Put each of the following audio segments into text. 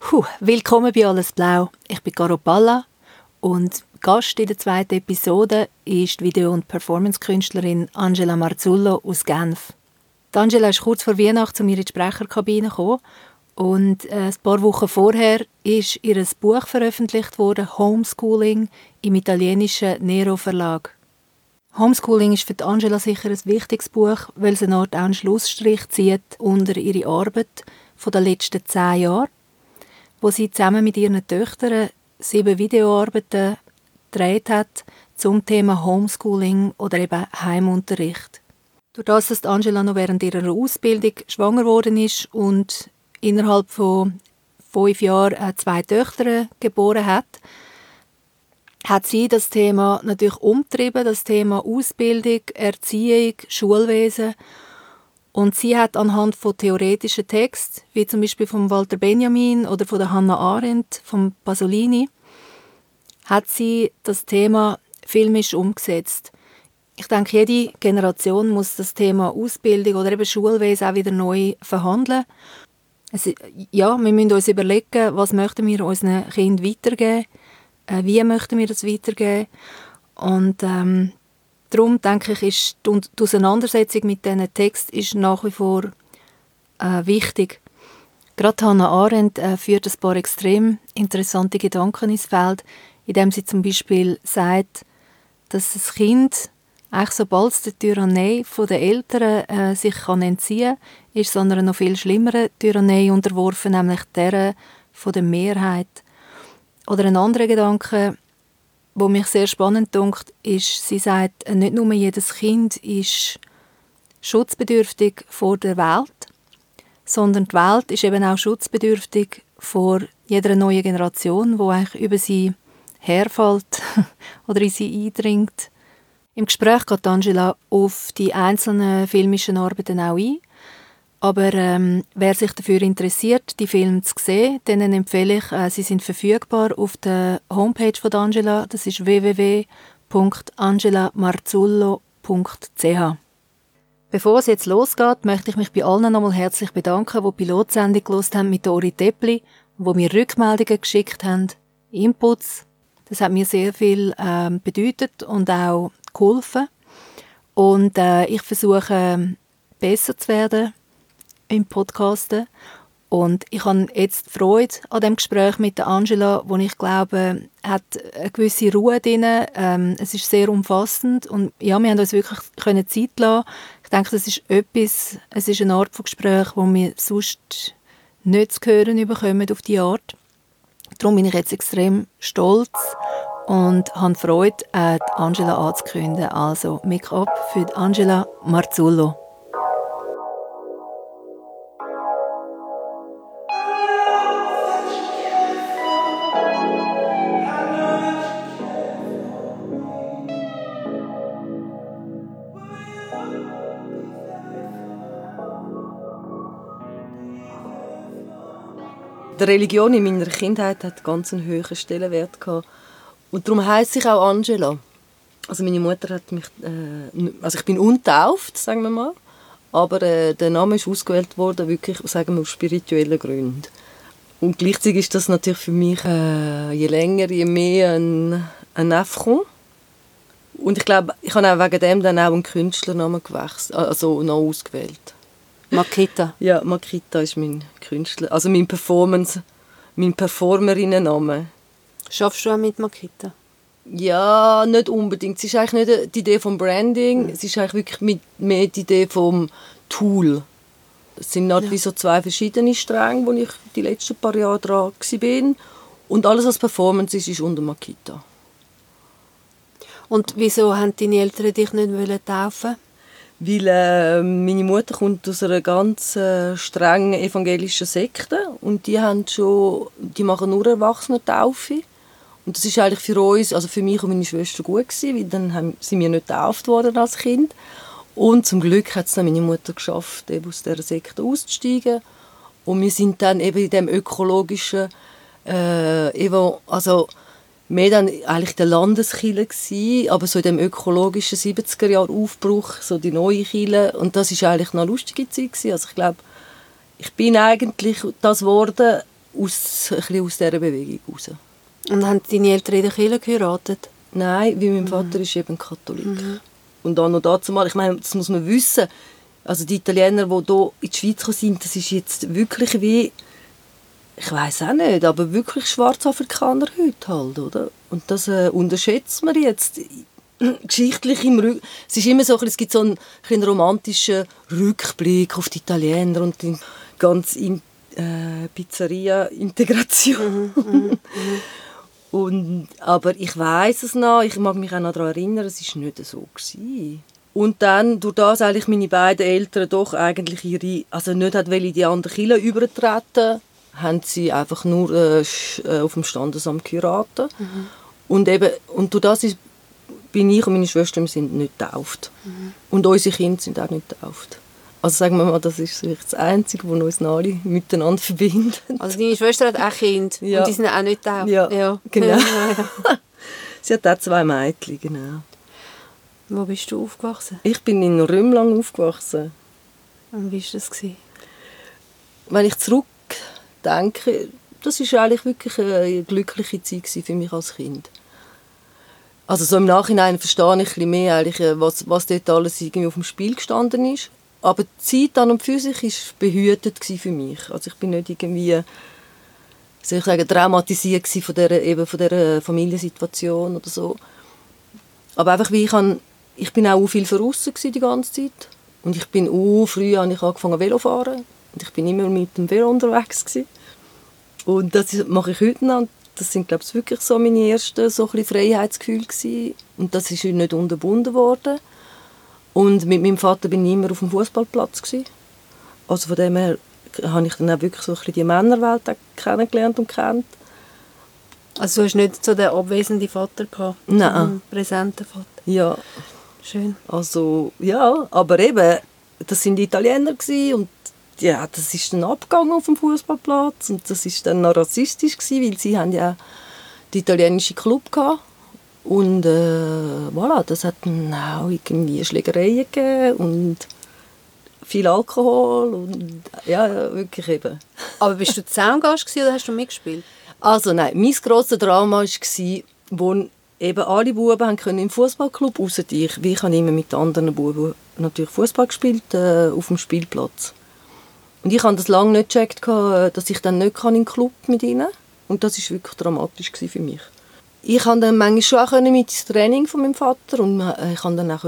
Willkommen bei «Alles Blau». Ich bin Caro Palla und Gast in der zweiten Episode ist die Video- und Performance-Künstlerin Angela Marzullo aus Genf. Die Angela ist kurz vor Weihnachten zu mir in die Sprecherkabine gekommen und ein paar Wochen vorher ist ihr Buch veröffentlicht worden, «Homeschooling» im italienischen Nero Verlag. «Homeschooling» ist für die Angela sicher ein wichtiges Buch, weil es eine Art auch einen Schlussstrich zieht unter ihre Arbeit von den letzten 10 Jahren, wo sie zusammen mit ihren Töchtern 7 Videoarbeiten gedreht hat zum Thema Homeschooling oder eben Heimunterricht. Durch das, dass Angela noch während ihrer Ausbildung schwanger geworden ist und innerhalb von 5 Jahren 2 Töchter geboren hat sie das Thema natürlich umgetrieben, das Thema Ausbildung, Erziehung, Schulwesen. Und sie hat anhand von theoretischen Texten, wie zum Beispiel von Walter Benjamin oder von der Hannah Arendt, von Pasolini, hat sie das Thema filmisch umgesetzt. Ich denke, jede Generation muss das Thema Ausbildung oder eben Schulwesen auch wieder neu verhandeln. Wir müssen uns überlegen, was möchten wir unseren Kindern weitergeben, wie möchten wir das weitergeben. Und darum denke ich, ist die Auseinandersetzung mit diesen Texten ist nach wie vor wichtig. Gerade Hannah Arendt führt ein paar extrem interessante Gedanken ins Feld, indem sie zum Beispiel sagt, dass das Kind, eigentlich sobald es der Tyrannei der Eltern sich entziehen kann, ist es einer noch viel schlimmeren Tyrannei unterworfen, nämlich der von der Mehrheit. Oder ein anderer Gedanke, was mich sehr spannend dünkt, ist, sie sagt, nicht nur jedes Kind ist schutzbedürftig vor der Welt, sondern die Welt ist eben auch schutzbedürftig vor jeder neuen Generation, die eigentlich über sie herfällt oder in sie eindringt. Im Gespräch geht Angela auf die einzelnen filmischen Arbeiten auch ein. Aber wer sich dafür interessiert, die Filme zu sehen, denen empfehle ich, sie sind verfügbar auf der Homepage von Angela. Das ist www.angelamarzullo.ch. Bevor es jetzt losgeht, möchte ich mich bei allen nochmal herzlich bedanken, die Pilotsendung gehört haben mit Ori Teppli, die mir Rückmeldungen geschickt haben, Inputs. Das hat mir sehr viel bedeutet und auch geholfen. Und ich versuche, besser zu werden im Podcasten. Und ich habe jetzt Freude an dem Gespräch mit der Angela, wo ich glaube, hat eine gewisse Ruhe drin. Es ist sehr umfassend und ja, wir haben uns wirklich Zeit lassen. Ich denke, das ist etwas, es ist eine Art von Gespräch, wo wir sonst nicht zu hören bekommen auf die Art. Darum bin ich jetzt extrem stolz und habe Freude, Angela anzukündigen. Also, Make-up für Angela Marzullo. Die Religion in meiner Kindheit hat ganz einen hohen Stellenwert gehabt. Und darum heisst ich auch Angela. Also meine Mutter hat mich, also ich bin untauft, sagen wir mal, aber der Name ist ausgewählt worden, wirklich, sagen wir, aus spirituellen Gründen. Und gleichzeitig ist das natürlich für mich, je länger, je mehr ein Affront. Und ich glaube, ich habe auch wegen dem dann auch einen Künstlernamen gewechselt, also noch ausgewählt. Makita. Ja, Makita ist mein Künstler, also mein Performerinnenname. Schaffst du auch mit Makita? Ja, nicht unbedingt. Es ist eigentlich nicht die Idee vom Branding, es ist eigentlich wirklich mehr die Idee vom Tool. Es sind wie so 2 verschiedene Stränge, wo ich die letzten paar Jahre dran war. Und alles, was Performance ist unter Makita. Und wieso haben deine Eltern dich nicht taufen? Weil meine Mutter kommt aus einer ganz strengen evangelischen Sekte und die machen nur Erwachsene-Taufe. Und das ist eigentlich für uns, also für mich und meine Schwester gut gewesen, weil dann sind wir nicht getauft worden als Kind. Und zum Glück hat es dann meine Mutter geschafft, eben aus dieser Sekte auszusteigen. Und wir sind dann eben in dem ökologischen, also mehr dann eigentlich der Landeskirche gewesen, aber so in dem ökologischen 70er-Jahre-Aufbruch, so die neue Kirche. Und das war eigentlich noch eine lustige Zeit gewesen. Also ich glaube, ich bin eigentlich das geworden, ein bisschen aus dieser Bewegung raus. Und haben deine Eltern in der Kirche geheiratet? Nein, weil mein Vater ist eben Katholik. Und dann noch dazu mal, ich meine, das muss man wissen, also die Italiener, die hier in die Schweiz sind, das ist jetzt wirklich wie, ich weiß auch nicht, aber wirklich Schwarzafrikaner heute halt, oder? Und das unterschätzt man jetzt geschichtlich im es ist immer so, es gibt so einen romantischen Rückblick auf die Italiener und die ganze Pizzeria-Integration. Aber ich weiß es noch, ich mag mich auch noch daran erinnern, es war nicht so gewesen. Und dann, durch das eigentlich meine beiden Eltern doch eigentlich also nicht in die andere Kirche übertreten, haben sie einfach nur auf dem Standesamt geheiratet. Und durch das bin ich und meine Schwester sind nicht getauft. Und unsere Kinder sind auch nicht getauft. Also sagen wir mal, das ist das Einzige, was uns alle miteinander verbindet. Also deine Schwester hat auch Kinder und die sind auch nicht getauft? Ja, genau. Sie hat auch 2 Mädchen, genau. Wo bist du aufgewachsen? Ich bin in Rümlang aufgewachsen. Und wie war das? Wenn ich zurückdenke, das war eigentlich wirklich eine glückliche Zeit für mich als Kind. Also so im Nachhinein verstehe ich ein bisschen mehr, eigentlich, was dort alles irgendwie auf dem Spiel gestanden ist. Aber die Zeit an und für sich war behütet für mich. Also ich bin nicht irgendwie, soll ich sagen, traumatisiert von dieser Familiensituation oder so. Aber einfach wie ich bin auch viel draussen die ganze Zeit. Und ich bin früh angefangen Velo fahren. Und ich bin immer mit dem Velo unterwegs gewesen. Und das mache ich heute noch. Das sind, glaube ich, wirklich so meine ersten so ein bisschen Freiheitsgefühle gewesen. Und das ist nicht unterbunden worden. Und mit meinem Vater bin ich immer auf dem Fußballplatz gewesen. Also von dem her habe ich dann auch wirklich so ein bisschen die Männerwelt kennengelernt und kennt. Also du hast nicht so den abwesenden Vater gehabt? Nein. Einen präsenten Vater? Ja. Schön. Also, ja, aber eben, das sind die Italiener gewesen und ja, das ist dann abgegangen auf dem Fußballplatz und das ist dann noch rassistisch gewesen, weil sie haben ja den italienischen Club gehabt. Und voilà, das hat dann auch irgendwie Schlägereien gegeben und viel Alkohol und ja, wirklich eben. Aber bist du Zaungast oder hast du mitgespielt? Also nein, mein grosses Drama war, wo eben alle Buben können im Fußballclub, ausser ich. Ich habe immer mit anderen Buben natürlich Fußball gespielt auf dem Spielplatz. Und ich habe das lange nicht gecheckt, dass ich dann nicht in den Club mit ihnen kann. Und das war wirklich dramatisch für mich. Ich konnte dann manchmal schon mit ins Training von meinem Vater und ich konnte dann auch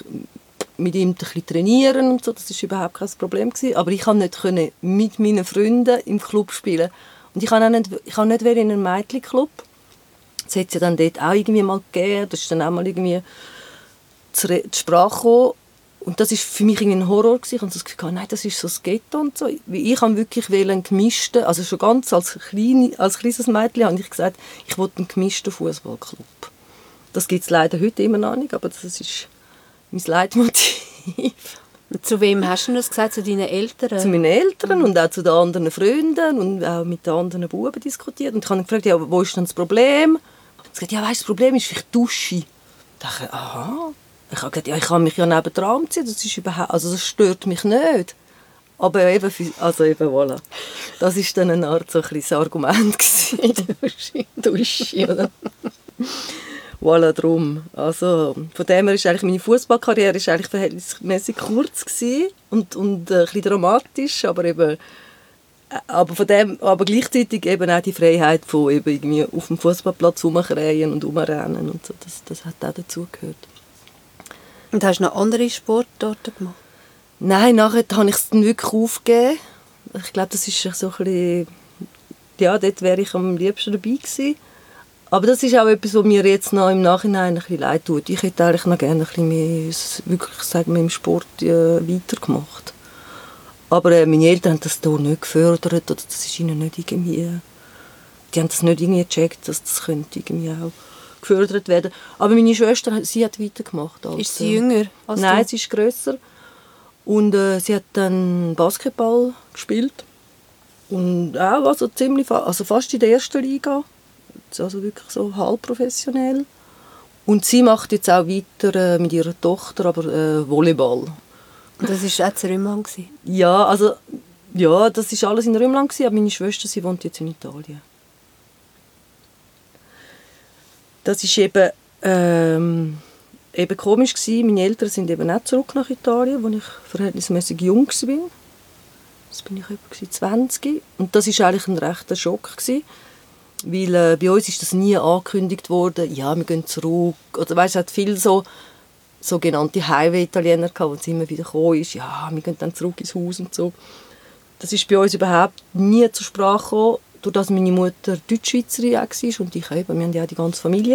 mit ihm ein bisschen trainieren und so. Das war überhaupt kein Problem. Aber ich konnte nicht mit meinen Freunden im Club spielen. Und ich kann nicht in einem Mädchenclub. Das hat es ja dann dort auch irgendwie mal gegeben. Das ist dann auch mal irgendwie zur Sprache gekommen. Und das war für mich ein Horror. Ich hatte das Gefühl, nein, das ist so das Ghetto und so. Ich wollte wirklich einen gemischten, also schon ganz als kleines Mädchen habe ich gesagt, ich will einen gemischten Fußballclub. Das gibt es leider heute immer noch nicht, aber das ist mein Leitmotiv. Und zu wem hast du das gesagt? Zu deinen Eltern? Zu meinen Eltern und auch zu den anderen Freunden und auch mit den anderen Buben diskutiert. Und ich habe gefragt, ja, wo ist denn das Problem? Sie haben gesagt, ja, weißt, das Problem ist vielleicht Dusche. Ich dachte, aha. Ich habe gesagt, ja, ich kann mich ja nebendran ziehen, das stört mich nicht. Aber eben, voilà. Das war dann eine Art so ein kleines Argument. Dusche, oder? Voilà, drum. Also, von dem her ist eigentlich meine Fußballkarriere verhältnismäßig kurz gewesen und ein bisschen dramatisch, aber gleichzeitig eben auch die Freiheit von eben irgendwie auf dem Fußballplatz rumkreien und rumrennen und so. Das hat auch dazugehört. Und hast du noch andere Sportarten gemacht? Nein, nachher habe ich es dann wirklich aufgegeben. Ich glaube, das ist so ein bisschen, ja, dort wäre ich am liebsten dabei gewesen. Aber das ist auch etwas, was mir jetzt noch im Nachhinein ein bisschen leid tut. Ich hätte eigentlich noch gerne ein bisschen mehr, wirklich, sagen wir, im Sport weitergemacht. Aber meine Eltern haben das hier nicht gefördert, oder das ist ihnen nicht irgendwie, die haben das nicht irgendwie gecheckt, dass das könnte irgendwie auch gefördert werden. Aber meine Schwester, sie hat weitergemacht. Ist sie jünger als du? Nein, sie ist grösser. Und sie hat dann Basketball gespielt. Und auch also fast in der ersten Liga. Also wirklich so halb professionell. Und sie macht jetzt auch weiter mit ihrer Tochter, aber Volleyball. Und das war auch in Rümlang? Ja, also Ja, das war alles in Römland, aber meine Schwester, sie wohnt jetzt in Italien. Das war eben komisch gewesen. Meine Eltern sind eben auch zurück nach Italien, als ich verhältnismäßig jung war. Das bin ich etwa 20. Und das war eigentlich ein rechter Schock gewesen, weil bei uns ist das nie angekündigt worden, ja, wir gehen zurück. Oder weißt, es hat viele sogenannte Highway-Italiener gehabt, die immer wieder gekommen ist, ja, wir gehen dann zurück ins Haus und so. Das ist bei uns überhaupt nie zur Sprache gekommen, durch dass meine Mutter Deutschschweizerin war und ich eben. Wir hatten ja die ganze Familie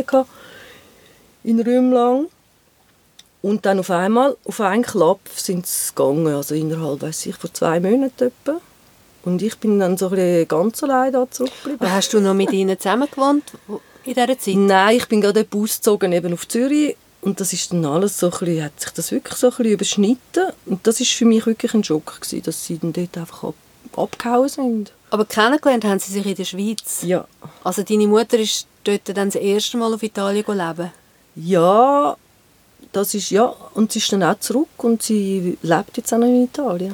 in Römlang. Und dann auf einmal, auf einen Klapp sind sie gegangen, also innerhalb, vor 2 Monaten etwa. Und ich bin dann so ein bisschen ganz allein da zurückgeblieben. Aber hast du noch mit ihnen zusammen gewohnt in dieser Zeit? Nein, ich bin gerade ausgezogen eben auf Zürich. Und das ist dann alles so ein bisschen, hat sich das wirklich so ein bisschen überschnitten. Und das ist für mich wirklich ein Schock gewesen, dass sie dann dort einfach abgehauen sind. Aber kennengelernt haben sie sich in der Schweiz? Ja. Also deine Mutter ist dort dann das erste Mal auf Italien leben? Ja, das ist, ja. Und sie ist dann auch zurück und sie lebt jetzt auch noch in Italien.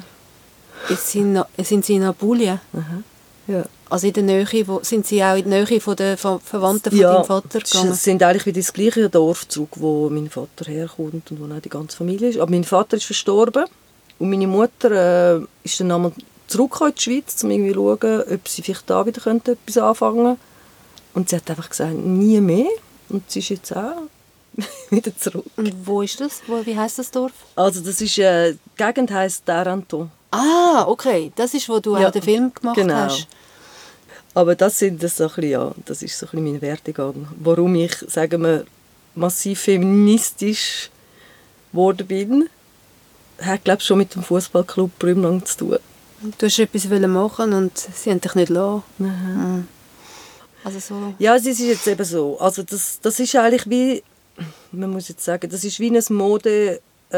Sind sie in Apulien? Aha. Ja. Also in der Nähe, sind sie auch in der Nähe von den Verwandten von deinem Vater gegangen? Ja, sind eigentlich wieder ins gleiche Dorf zurück, wo mein Vater herkommt und wo auch die ganze Familie ist. Aber mein Vater ist verstorben und meine Mutter ist dann einmal zurückgekommen in die Schweiz, um irgendwie zu schauen, ob sie vielleicht da wieder etwas anfangen könnte. Und sie hat einfach gesagt, nie mehr. Und sie ist jetzt auch wieder zurück. Und wo ist das? Wie heisst das Dorf? Also das ist, die Gegend heisst Taranto. Ah, okay. Das ist, wo du auch den Film gemacht hast. Aber das ist so ein bisschen mein Werdegang. Warum ich, sagen wir, massiv feministisch geworden bin, hat, glaube ich, schon mit dem Fußballclub Römland zu tun. Du wolltest etwas machen und sie haben dich nicht gelassen. Mhm. Also so. Ja, es ist jetzt eben so. Also das ist eigentlich wie, man muss jetzt sagen, das ist wie ein Mode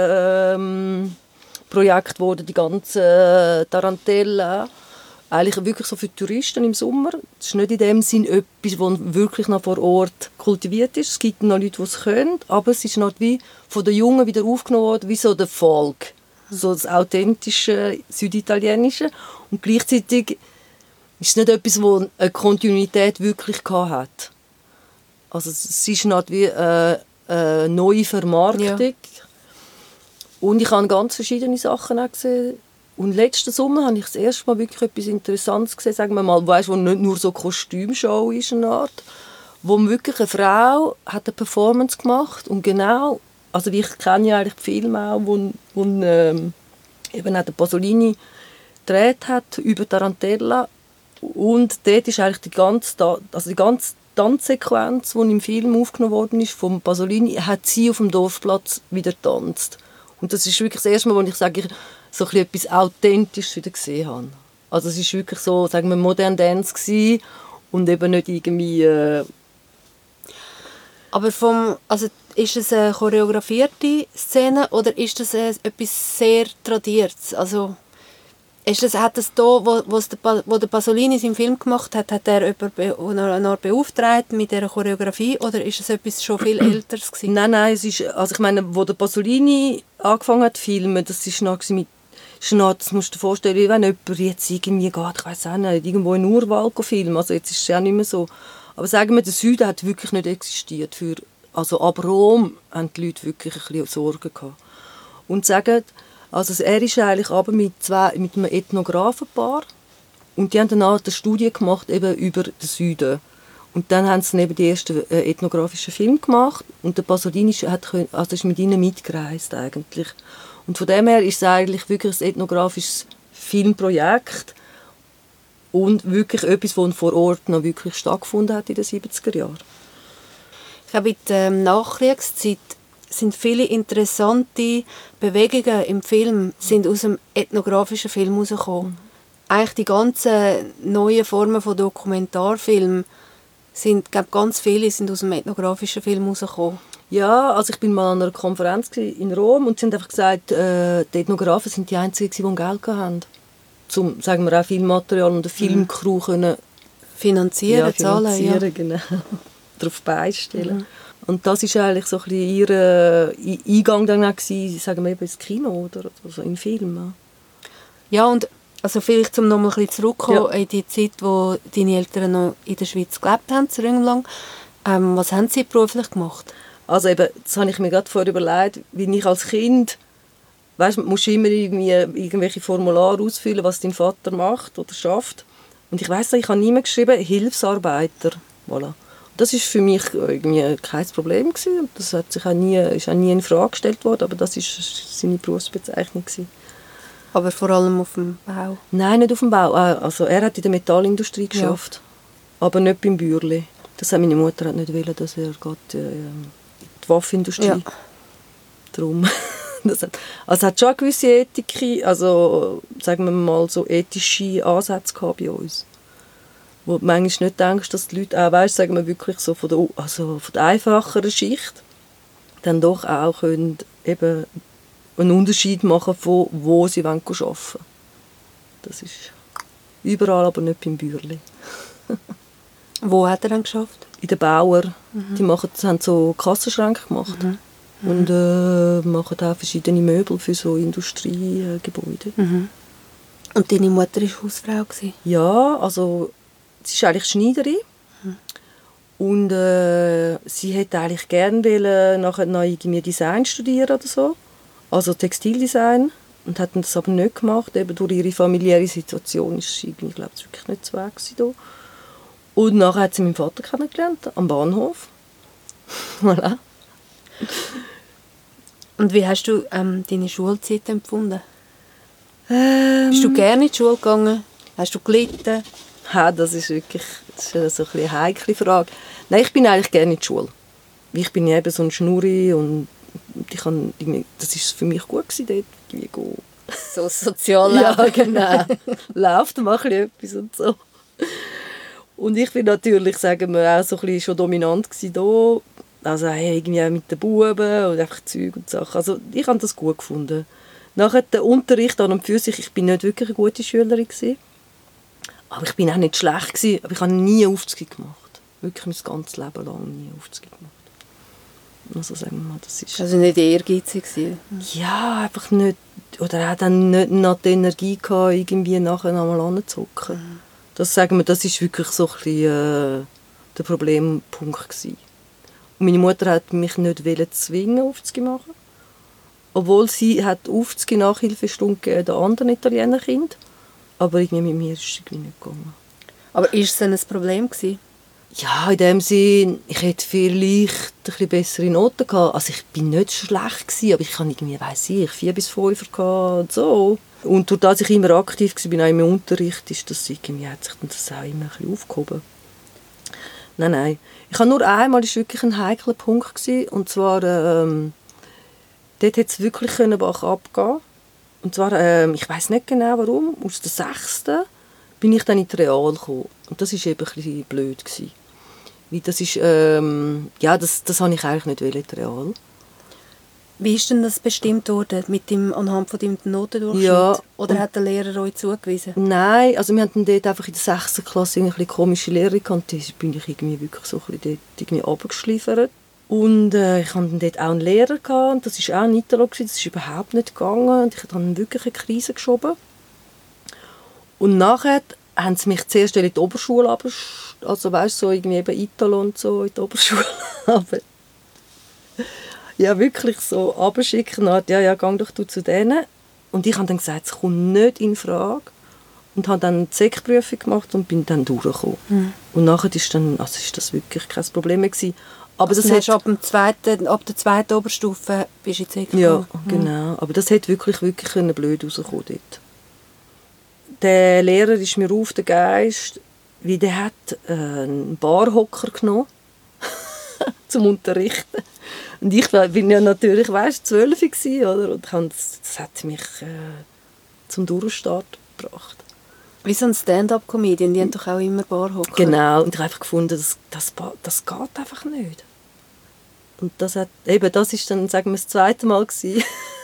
Projekt geworden, die ganze Tarantella. Eigentlich wirklich so für Touristen im Sommer. Es ist nicht in dem Sinn etwas, das wirklich noch vor Ort kultiviert ist. Es gibt noch Leute, die es können, aber es ist noch wie von den Jungen wieder aufgenommen worden, wie so der Folk. So das authentische Süditalienische. Und gleichzeitig ist es nicht etwas, das eine Kontinuität wirklich hat. Also es ist nicht wie eine neue Vermarktung. Ja. Und ich habe ganz verschiedene Sachen auch gesehen. Und letzten Sommer habe ich das erste Mal wirklich etwas Interessantes gesehen, sagen wir mal, weißt, wo nicht nur so Kostümshow ist, eine Art, wo wirklich eine Frau hat eine Performance gemacht und genau, also ich kenne ja eigentlich die Filme auch, wo eben auch der Pasolini gedreht hat über Tarantella und dort ist eigentlich die ganze Tanzsequenz, die im Film aufgenommen worden ist, von Pasolini, hat sie auf dem Dorfplatz wieder getanzt. Und das ist wirklich das erste Mal, wo ich sage, ich so etwas Authentisches wieder gesehen habe. Also es war wirklich so, sagen wir, modern Dance gewesen und eben nicht irgendwie... Aber also ist es eine choreografierte Szene oder ist das etwas sehr Tradiertes? Also hat das da, wo der Pasolini seinen Film gemacht hat er jemanden beauftragt mit dieser Choreografie oder ist es etwas schon viel Älteres gewesen? Nein, es ist, also ich meine, wo der Pasolini angefangen hat zu filmen, das ist noch mit, das musst du dir vorstellen, wie wenn jemand jetzt irgendwie geht, ich weiss auch nicht, irgendwo in den Urwald filmen, also jetzt ist es ja nicht mehr so. Aber sagen wir, der Süden hat wirklich nicht existiert. Also ab Rom haben die Leute wirklich ein bisschen Sorgen gehabt. Und sagen, also er ist eigentlich aber mit einem Ethnografenpaar und die haben dann eine Studie gemacht eben über den Süden. Und dann haben sie eben die ersten ethnografischen Filme gemacht und der Pasolini ist mit ihnen mitgereist eigentlich. Und von dem her ist es eigentlich wirklich ein ethnografisches Filmprojekt und wirklich etwas, das vor Ort noch wirklich stattgefunden hat in den 70er Jahren. Ich glaube, in der Nachkriegszeit sind viele interessante Bewegungen im Film sind aus dem ethnografischen Film herausgekommen. Eigentlich die ganzen neuen Formen von Dokumentarfilm sind, glaube ganz viele sind aus dem ethnografischen Film herausgekommen. Ja, also ich bin mal an einer Konferenz in Rom und sie haben einfach gesagt, die Ethnografen sind die Einzigen, die Geld hatten, um, sagen wir, auch Filmmaterial und eine Filmcrew können finanzieren, zahlen. Ja, genau. Darauf beistellen. Mhm. Und das war eigentlich so ein bisschen ihr Eingang dann auch gewesen, sagen wir eben ins Kino oder so, in Film. Ja, und Also vielleicht, um nochmal ein bisschen zurückzukommen in die Zeit, wo deine Eltern noch in der Schweiz gelebt haben, so lang. Was haben sie beruflich gemacht? Also eben, das habe ich mir gerade vorher überlegt, wie ich als Kind, weißt, musst du immer irgendwie irgendwelche Formulare ausfüllen, was dein Vater macht oder schafft. Und ich weiss, ich habe nie mehr geschrieben, Hilfsarbeiter. Voilà. Das ist für mich irgendwie kein Problem gewesen. Das hat sich ist auch nie in Frage gestellt worden, aber das ist seine Berufsbezeichnung gewesen. Aber vor allem auf dem Bau? Nein, nicht auf dem Bau. Also er hat in der Metallindustrie geschafft, aber nicht beim Bürli. Das hat meine Mutter nicht wollen, dass er geht, in die Waffenindustrie. Ja. Darum. Also es hat schon eine gewisse Ethik, also sagen wir mal so ethische Ansätze gehabt bei uns. Wo du manchmal nicht denkst, dass die Leute auch, weißt, sagen wir wirklich so von der einfacheren Schicht dann doch auch können eben einen Unterschied machen, von wo sie arbeiten wollen. Das ist überall, aber nicht beim Bürli. Wo hat er dann geschafft? In den Bauer. Die haben so Kassenschränke gemacht. Und machen auch verschiedene Möbel für so Industriegebäude. Und deine Mutter war Hausfrau? Ja, also sie ist eigentlich Schneiderin. Und sie hätte eigentlich gerne nachher noch irgendwie Design studieren oder so. Also Textildesign. Und hat das aber nicht gemacht. Eben durch ihre familiäre Situation ist sie, ich glaube, wirklich nicht zu Weg da. Und nachher hat sie meinen Vater kennengelernt, am Bahnhof. Voilà. Und wie hast du deine Schulzeit empfunden? Bist du gerne in die Schule gegangen? Hast du gelitten? Ja, das ist wirklich so eine heikle Frage. Nein, ich bin eigentlich gerne in die Schule. Ich bin eben so ein Schnurri und das war für mich gut gewesen, dort so sozial leben. Ja, genau. Läuft, mache etwas und so. Und ich bin natürlich, sagen wir, auch so ein bisschen schon dominant gewesen da. Also irgendwie auch mit den Buben und einfach Zeug und Sachen. Also ich habe das gut gefunden. Nachher der Unterricht an und für sich, ich bin nicht wirklich eine gute Schülerin gewesen. Aber ich bin auch nicht schlecht gewesen, aber ich habe nie Aufzüge gemacht. Wirklich mein ganzes Leben lang nie Aufzüge gemacht. Also sagen wir mal, das ist... Also nicht ehrgeizig gewesen? Ja, einfach nicht. Oder auch dann nicht noch die Energie gehabt, irgendwie nachher nochmal anzuhocken. Das sagen wir, das ist wirklich so ein bisschen der Problempunkt gewesen. Und meine Mutter hat mich nicht zwingen, Aufzüge zu machen. Obwohl sie hat Aufzüge Nachhilfestunde gegeben den anderen Italienerkindern. Aber irgendwie mit mir ist es irgendwie nicht gegangen. Aber war es denn ein Problem gewesen? Ja, in dem Sinn, ich hätte vielleicht ein bisschen bessere Noten gehabt. Also ich bin nicht schlecht gewesen, aber ich hatte irgendwie, 4 bis 5 gehabt und so. Und durch das ich immer aktiv war, auch im Unterricht, hat sich das auch immer ein bisschen aufgehoben. Nein. Ich habe nur einmal, das war wirklich ein heikler Punkt gewesen, und zwar, dort hätte es wirklich Bach abgehen. Und zwar, ich weiss nicht genau warum, aus der 6. bin ich dann in die Real gekommen. Und das war eben ein bisschen blöd gewesen. Weil das ist, das habe ich eigentlich nicht wollen, die Real. Wie ist denn das bestimmt worden, anhand von deinem Notendurchschnitt? Ja, oder hat der Lehrer euch zugewiesen? Nein, also wir hatten dort einfach in der 6. Klasse eine komische Lehrerin gehabt. Da bin ich irgendwie wirklich so ein bisschen dort runtergeschliffert. Und ich hatte dort auch einen Lehrer gehabt, und das war auch ein Italo, das ist überhaupt nicht gegangen. Und ich habe dann wirklich eine Krise geschoben. Und nachher haben sie mich zuerst in die Oberschule, also weißt du, so irgendwie eben Italo und so in die Oberschule. Aber ja, wirklich so runterschicken, ja, geh doch du zu denen. Und ich habe dann gesagt, es kommt nicht in Frage. Und habe dann die Sekprüfung gemacht und bin dann durchgekommen. Und nachher ist das wirklich kein Problem mehr gewesen. Aber das hast ab der zweiten Oberstufe bist du in die Sek gekommen? Ja, genau. Aber das hätte wirklich blöd rauskommen dort. Der Lehrer ist mir auf den Geist, wie der hat einen Barhocker genommen zum Unterrichten. Und ich bin ja natürlich, 12 gewesen, oder? Und das hat mich zum Durchstart gebracht. Wie so ein Stand-up-Comedian, die haben doch auch immer Barhocker. Genau, und ich habe einfach gefunden, das geht einfach nicht. Und das ist dann, sagen wir, das zweite Mal gewesen,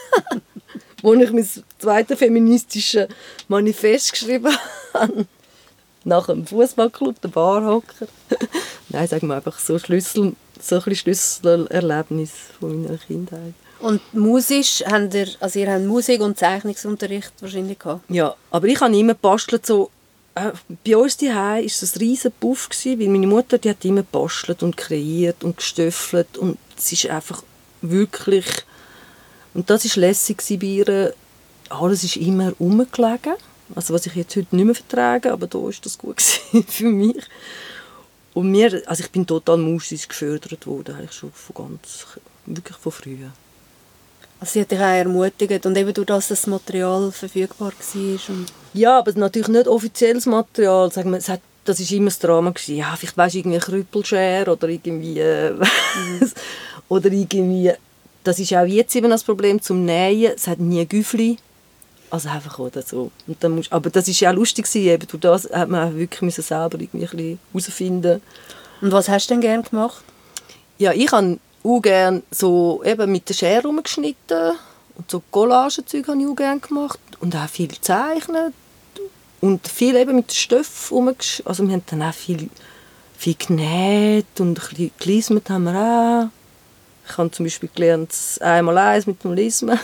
wo ich mein zweites feministisches Manifest geschrieben habe. Nach dem Fußballclub, der Barhocker. Nein, sagen wir einfach so ein Schlüsselerlebnis von meiner Kindheit. Und musisch, ihr habt Musik- und Zeichnungsunterricht wahrscheinlich gehabt? Ja, aber ich habe immer gebastelt, so, bei uns zu Hause war es ein riesen Puff, weil meine Mutter, die hat immer gebastelt und kreiert und gestöffelt und es ist einfach wirklich, und das war lässig bei ihr, alles ist immer rumgelegen, also was ich jetzt heute nicht mehr vertrage, aber da war das gut für mich. Und ich bin total musisch gefördert worden, eigentlich schon wirklich von früher. Also sie hat dich auch ermutigt und eben durch das Material verfügbar war. Ja, aber natürlich nicht offizielles Material. Sagen wir, das war immer das Drama. Ja, vielleicht weißt du, irgendwie Krüppelschere oder irgendwie... oder irgendwie... Das ist auch jetzt eben das Problem zum Nähen. Es hat nie Güffli. Also einfach oder so. Und dann aber das war ja auch lustig. Eben durch das hat man auch wirklich selber irgendwie ein bisschen herausfinden. Und was hast du denn gerne gemacht? Ja, ich habe auch gerne so eben mit der Schere rumgeschnitten und so Collagenzeug habe ich auch gerne gemacht und auch viel gezeichnet und viel eben mit den Stoffen also wir haben dann auch viel genäht und ein bisschen gelismet haben wir auch. Ich habe zum Beispiel gelernt, 1x1 mit dem Lismen.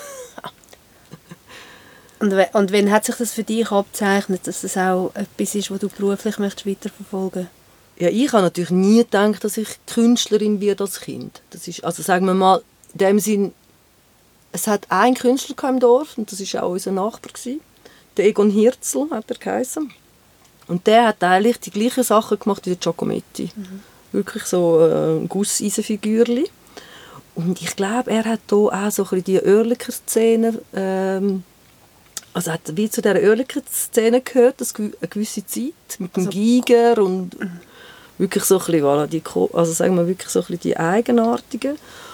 Und wann hat sich das für dich abgezeichnet, dass das auch etwas ist, was du beruflich weiterverfolgen möchtest? Ja, ich habe natürlich nie gedacht, dass ich Künstlerin werde als Kind. Das ist, also sagen wir mal, in dem Sinn, es hat einen Künstler im Dorf und das war auch unser Nachbar. Der Egon Hirzel hat er geheißen. Und der hat eigentlich die gleichen Sachen gemacht wie der Giacometti. Wirklich so ein Gusseisenfigürchen. Und ich glaube, er hat hier auch so ein bisschen die Oerlikon-Szene, also hat wie zu dieser Oerlikon-Szene gehört, eine gewisse Zeit, mit dem Giger und wirklich so ein bisschen, voilà, also sagen wir wirklich so ein bisschen die Eigenartigen.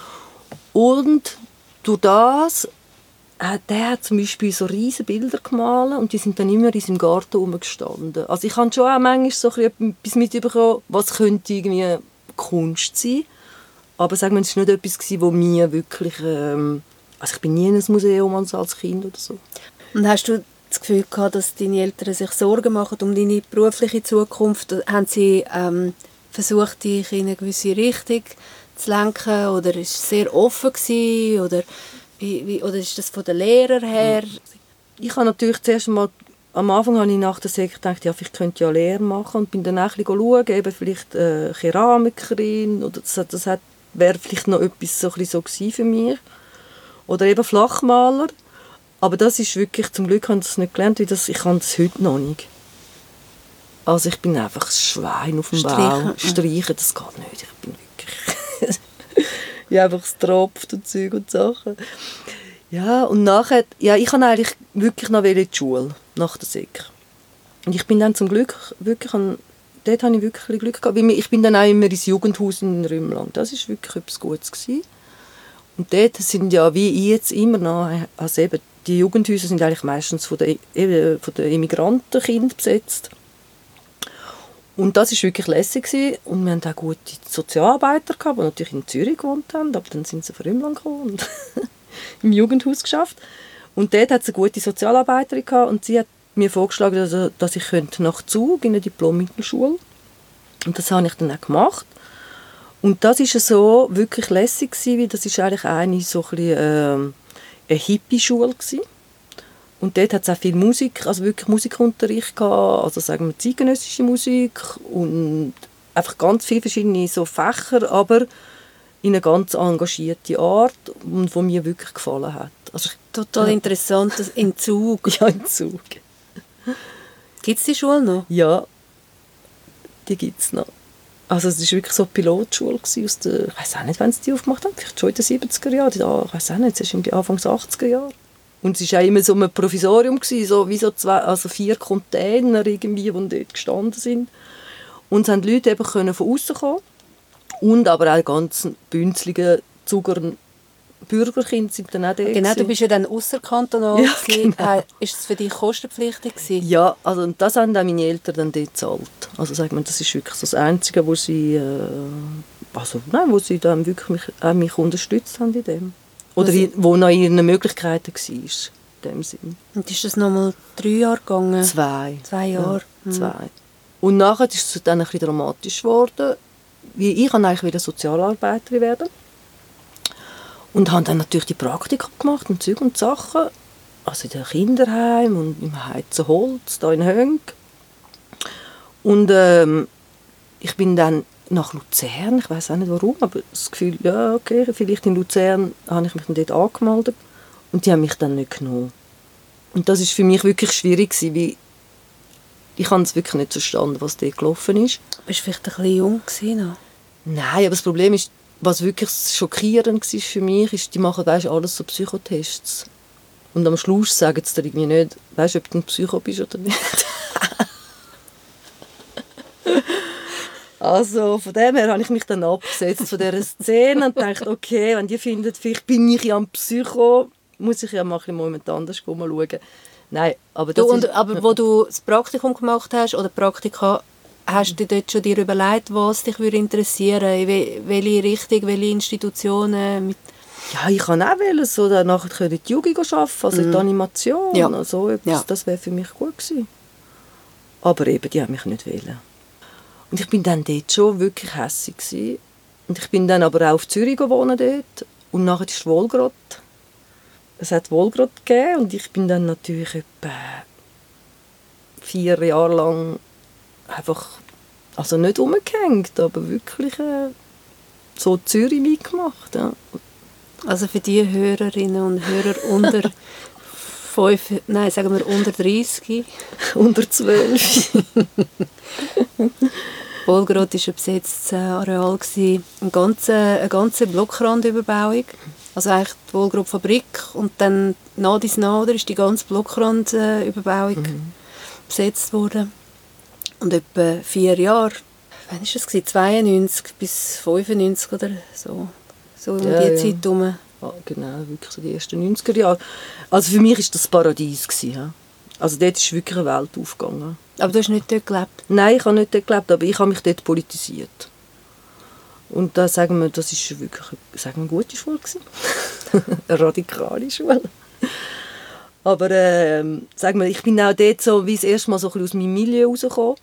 Und durch das, der hat zum Beispiel so riesige Bilder gemalt und die sind dann immer in seinem Garten rumgestanden. Also ich habe schon auch manchmal so etwas mitbekommen, was könnte irgendwie Kunst sein. Aber sagen wir, es war nicht etwas, was mir wirklich... also ich bin nie in ein Museum als Kind oder so. Und hast du das Gefühl gehabt, dass deine Eltern sich Sorgen machen um deine berufliche Zukunft? Haben sie versucht, dich in eine gewisse Richtung zu lenken? Oder war es sehr offen gewesen? Oder ist das von den Lehrern her? Ich habe natürlich zuerst mal, am Anfang habe ich nach der Sek gedacht, ja, vielleicht könnte ich ja Lehre machen und bin dann ein bisschen schauen, eben vielleicht Keramikerin oder das wäre vielleicht noch etwas so gewesen für mich. Oder eben Flachmaler. Aber das ist wirklich, zum Glück habe ich das nicht gelernt, weil ich kann das heute noch nicht. Also ich bin einfach ein Schwein auf dem Bau. Streichen, das geht nicht. Ich bin wirklich... ja, einfach es tropft und Zeug und Sachen. Ja, und nachher... Ja, ich wollte eigentlich wirklich noch in die Schule, nach der Sek. Und ich bin dann zum Glück wirklich... Dort hatte ich wirklich Glück gehabt, weil ich bin dann auch immer ins Jugendhaus in Rümlang. Das war wirklich etwas Gutes gewesen. Und dort sind ja, wie jetzt immer noch, also eben, die Jugendhäuser sind eigentlich meistens von den Immigrantenkindern besetzt. Und das war wirklich lässig gewesen. Und wir hatten auch gute Sozialarbeiter gehabt, die natürlich in Zürich gewohnt haben, aber dann sind sie von Rümlang gekommen und im Jugendhaus geschafft. Und dort hat es eine gute Sozialarbeiterin gehabt und sie hat mir vorgeschlagen, dass ich nach Zug in eine Diplom-Mittelschule. Und das habe ich dann auch gemacht. Und das war so wirklich lässig gewesen, weil das ist eigentlich eine so ein bisschen, eine Hippie-Schule gewesen. Und dort hat es auch viel Musik, also wirklich Musikunterricht gehabt, also sagen wir zeitgenössische Musik und einfach ganz viele verschiedene so Fächer, aber in eine ganz engagierte Art und die mir wirklich gefallen hat. Also total interessant, das in Zug. Ja, in Zug. Gibt es die Schule noch? Ja, die gibt es noch. Also es war wirklich so eine Pilotschule aus der, ich weiß auch nicht, wann sie die aufgemacht haben, vielleicht schon in den 70er Jahren, ich weiß auch nicht, es war Anfang der 80er Jahre. Und es war auch immer so ein Provisorium, so wie so 4 Container, irgendwie, die dort gestanden sind. Und es konnten Leute eben von außen kommen und aber auch ganz bünzlige Zuger Bürgerkinder sind dann auch da. Genau, du bist ja dann ausserkantonal. Ja, genau. Ist es für dich kostenpflichtig gewesen? Ja, also das haben auch meine Eltern dann dort gezahlt. Also sagt man, das ist wirklich so das Einzige, wo sie, wo sie dann wirklich mich unterstützt haben in dem. Oder wo noch in ihren Möglichkeiten war, in dem Sinn. Und ist das nochmal 3 Jahre gegangen? 2. 2 Jahre? Ja, 2. Und nachher ist es dann ein bisschen dramatisch geworden. Ich wollte eigentlich wieder Sozialarbeiterin werden. Und habe dann natürlich die Praktika gemacht und Zeug und Sachen. Also in den Kinderheim und im Heizenholz, da in Höng. Und ich bin dann nach Luzern, ich weiß auch nicht warum, aber das Gefühl, ja, okay, vielleicht in Luzern habe ich mich dann dort angemeldet. Und die haben mich dann nicht genommen. Und das war für mich wirklich schwierig, weil ich habe es wirklich nicht verstanden, was dort gelaufen ist. Bist du vielleicht ein bisschen jung gewesen? Nein, aber das Problem ist, was wirklich schockierend war für mich, ist, die machen, weißt, alles so Psychotests. Und am Schluss sagen sie dir irgendwie nicht, weißt, ob du ein Psycho bist oder nicht. Also von dem her habe ich mich dann abgesetzt von dieser Szene und dachte, okay, wenn die finden, vielleicht bin ich ja ein Psycho, muss ich ja mal ein bisschen momentan anders schauen. Nein, aber das aber wo du das Praktikum gemacht hast, oder Praktika, hast du dort schon dir überlegt, was dich interessieren würde? Welche Richtung, welche Institutionen? Ja, ich kann auch wählen, so nachher in die Jugend arbeiten, also in die Animation. Ja. Also etwas, ja. Das wäre für mich gut gewesen. Aber eben, die haben mich nicht wählen. Und ich bin dann dort schon wirklich hässig gewesen. Und ich bin dann aber auch auf Zürich gewohnt dort. Und nachher ist Wolgrott. Es hat Wolgrott gegeben und ich bin dann natürlich etwa 4 Jahre lang einfach, also nicht rumgehängt, aber wirklich so Zürich mitgemacht. Ja. Also für die Hörerinnen und Hörer unter 5, nein, sagen wir unter 30. Unter 12. Wolgrott war ein besetztes Areal, eine ganze Blockrandüberbauung. Also eigentlich die Wolgrott-Fabrik und dann nach ist die ganze Blockrandüberbauung besetzt worden. Und etwa 4 Jahre, wann war das? 92 bis 95 oder so. So um die Zeit herum. Ja, genau, wirklich so die ersten 90er Jahre. Also für mich war das Paradies. Ja. Also dort ist wirklich eine Welt aufgegangen. Aber du hast nicht dort gelebt? Nein, ich habe nicht dort gelebt, aber ich habe mich dort politisiert. Und da sagen wir, das war wirklich eine gute Schule. Eine radikale Schule. Aber sagen wir, ich bin auch dort so, wie das erste Mal so ein bisschen aus meinem Milieu rausgekommen.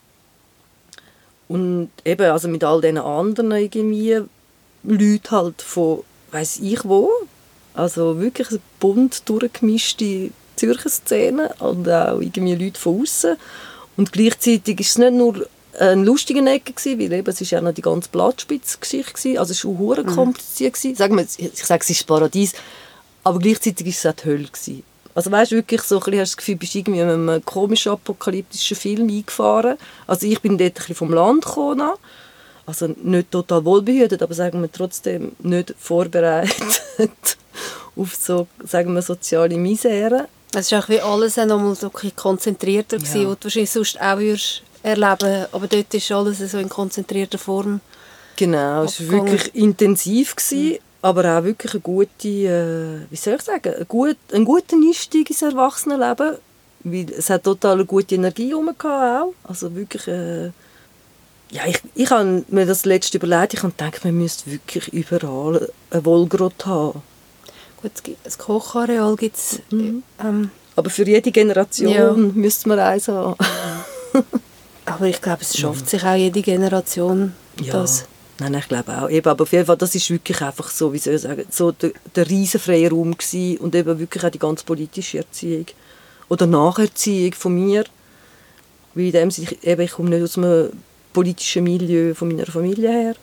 Und eben, also mit all diesen anderen irgendwie Leuten halt von, weiss ich wo, also wirklich eine bunt durchgemischte Zürcher Szene und auch irgendwie Leute von außen. Und gleichzeitig war es nicht nur eine lustige Ecke, weil eben, es war ja noch die ganze Blattspitzgeschichte, also es war auch kompliziert. Sagen wir, ich sage, es ist das Paradies, aber gleichzeitig war es auch die Hölle. Also weißt du, wirklich so, hast du das Gefühl, du bist irgendwie in einem komischen, apokalyptischen Film eingefahren. Also ich bin dort ein bisschen vom Land gekommen, also nicht total wohlbehütet, aber sagen wir trotzdem nicht vorbereitet auf so, sagen wir, soziale Misere. Es war auch wie alles noch mal so konzentrierter, ja, gewesen, was du wahrscheinlich sonst auch würdest erleben, aber dort ist alles so in konzentrierter Form. Genau, es war wirklich intensiv gewesen, aber auch wirklich eine gute, wie soll ich sagen, ein guter Einstieg ins Erwachsenenleben, weil es hat total eine gute Energie rum auch, also wirklich, ja, ich habe mir das letzte überlegt, ich habe gedacht, man müsste wirklich überall ein Wolgrott haben. Gut, das Kochareal gibt es. Aber für jede Generation müsste man eins haben. Aber ich glaube, es schafft sich auch jede Generation das. Nein, ich glaube auch. Eben, aber auf jeden Fall, das ist wirklich einfach so, wie soll ich sagen, so der riesenfreie Raum gewesen und eben wirklich auch die ganz politische Erziehung oder Nacherziehung von mir. Weil in dem Sinne, ich komme nicht aus einem politischen Milieu von meiner Familie her.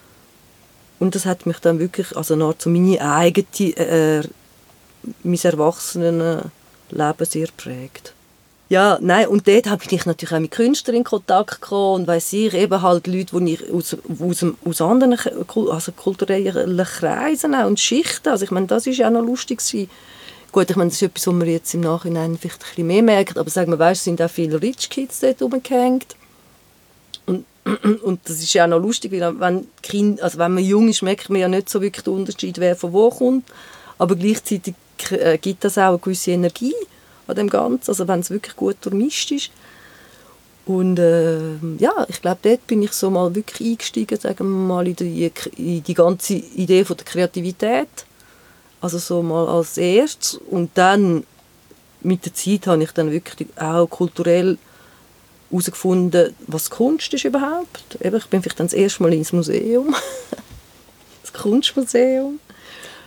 Und das hat mich dann wirklich, also nahezu meine eigene, mein Erwachsenenleben sehr geprägt. Ja, nein, und dort habe ich natürlich auch mit Künstlern in Kontakt gekommen und weiss ich, eben halt Leute, die ich aus anderen also kulturellen Kreisen auch und Schichten, also ich meine, das ist ja auch noch lustig gewesen. Gut, ich meine, das ist etwas, was man jetzt im Nachhinein vielleicht ein bisschen mehr merkt, aber sagen wir, weißt, es sind auch viele Rich Kids dort rumgehängt. Und das ist ja auch noch lustig, weil wenn man jung ist, merkt man ja nicht so wirklich den Unterschied, wer von wo kommt, aber gleichzeitig gibt das auch eine gewisse Energie an dem Ganzen, also wenn es wirklich gut durchmischt ist. Und ja, ich glaube, dort bin ich so mal wirklich eingestiegen, sagen wir mal, in die ganze Idee von der Kreativität. Also so mal als erstes. Und dann, mit der Zeit, habe ich dann wirklich auch kulturell herausgefunden, was Kunst ist überhaupt. Ich bin vielleicht dann das erste Mal ins Museum. Das Kunstmuseum.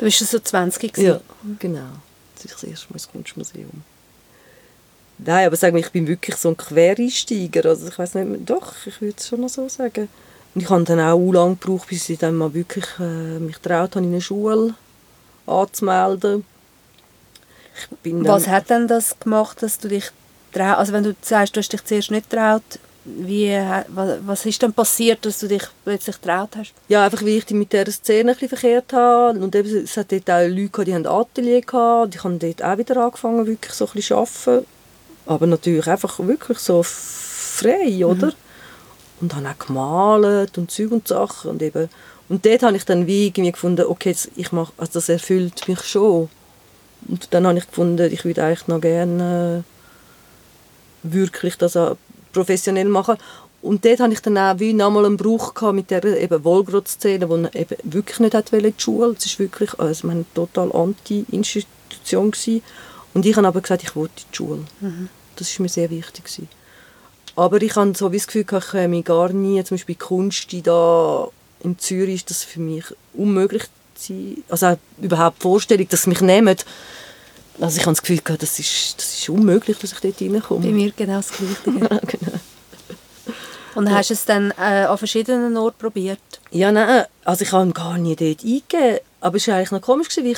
Du warst so 20 gewesen. Ja, genau. Das ist das erste Mal ins Kunstmuseum. Nein, aber sag mal, ich bin wirklich so ein Quereinsteiger. Also ich weiß nicht, doch, ich würde es schon noch so sagen. Und ich habe dann auch lange gebraucht, bis ich dann mal wirklich mich getraut habe, in eine Schule anzumelden. Was hat denn das gemacht, dass du dich traust? Also wenn du sagst, du hast dich zuerst nicht getraut, was ist denn passiert, dass du dich plötzlich getraut hast? Ja, einfach weil ich mit dieser Szene ein bisschen verkehrt habe. Und eben, es hat dort auch Leute, die haben Atelier gehabt. Ich habe dort auch wieder angefangen, wirklich so ein bisschen zu arbeiten. Aber natürlich einfach wirklich so frei, oder? Und habe auch gemalt und Zeug und Sachen. Und dort habe ich dann wie irgendwie gefunden, okay, also das erfüllt mich schon. Und dann habe ich gefunden, ich würde eigentlich noch gerne wirklich das auch professionell machen. Und dort hatte ich dann auch wie nochmal einen Bruch gehabt mit der eben Wolgrod-Szene, die eben wirklich nicht in die Schule. Es ist wirklich, also wir waren eine total Anti-Institution gewesen. Und ich habe aber gesagt, ich wollte in die Schule. Das war mir sehr wichtig gewesen. Aber ich habe so wie das Gefühl, ich käme gar nie, zum Beispiel Kunst da in Zürich, ist das für mich unmöglich zu sein. Also auch überhaupt die Vorstellung, dass sie mich nehmen. Also ich habe das Gefühl, das ist unmöglich, dass ich dort reinkomme. Bei mir genau das Gleiche. Ja, genau. Und hast du es dann an verschiedenen Orten probiert? Ja, nein, also ich habe gar nie dort eingegeben. Aber es war eigentlich noch komisch, weil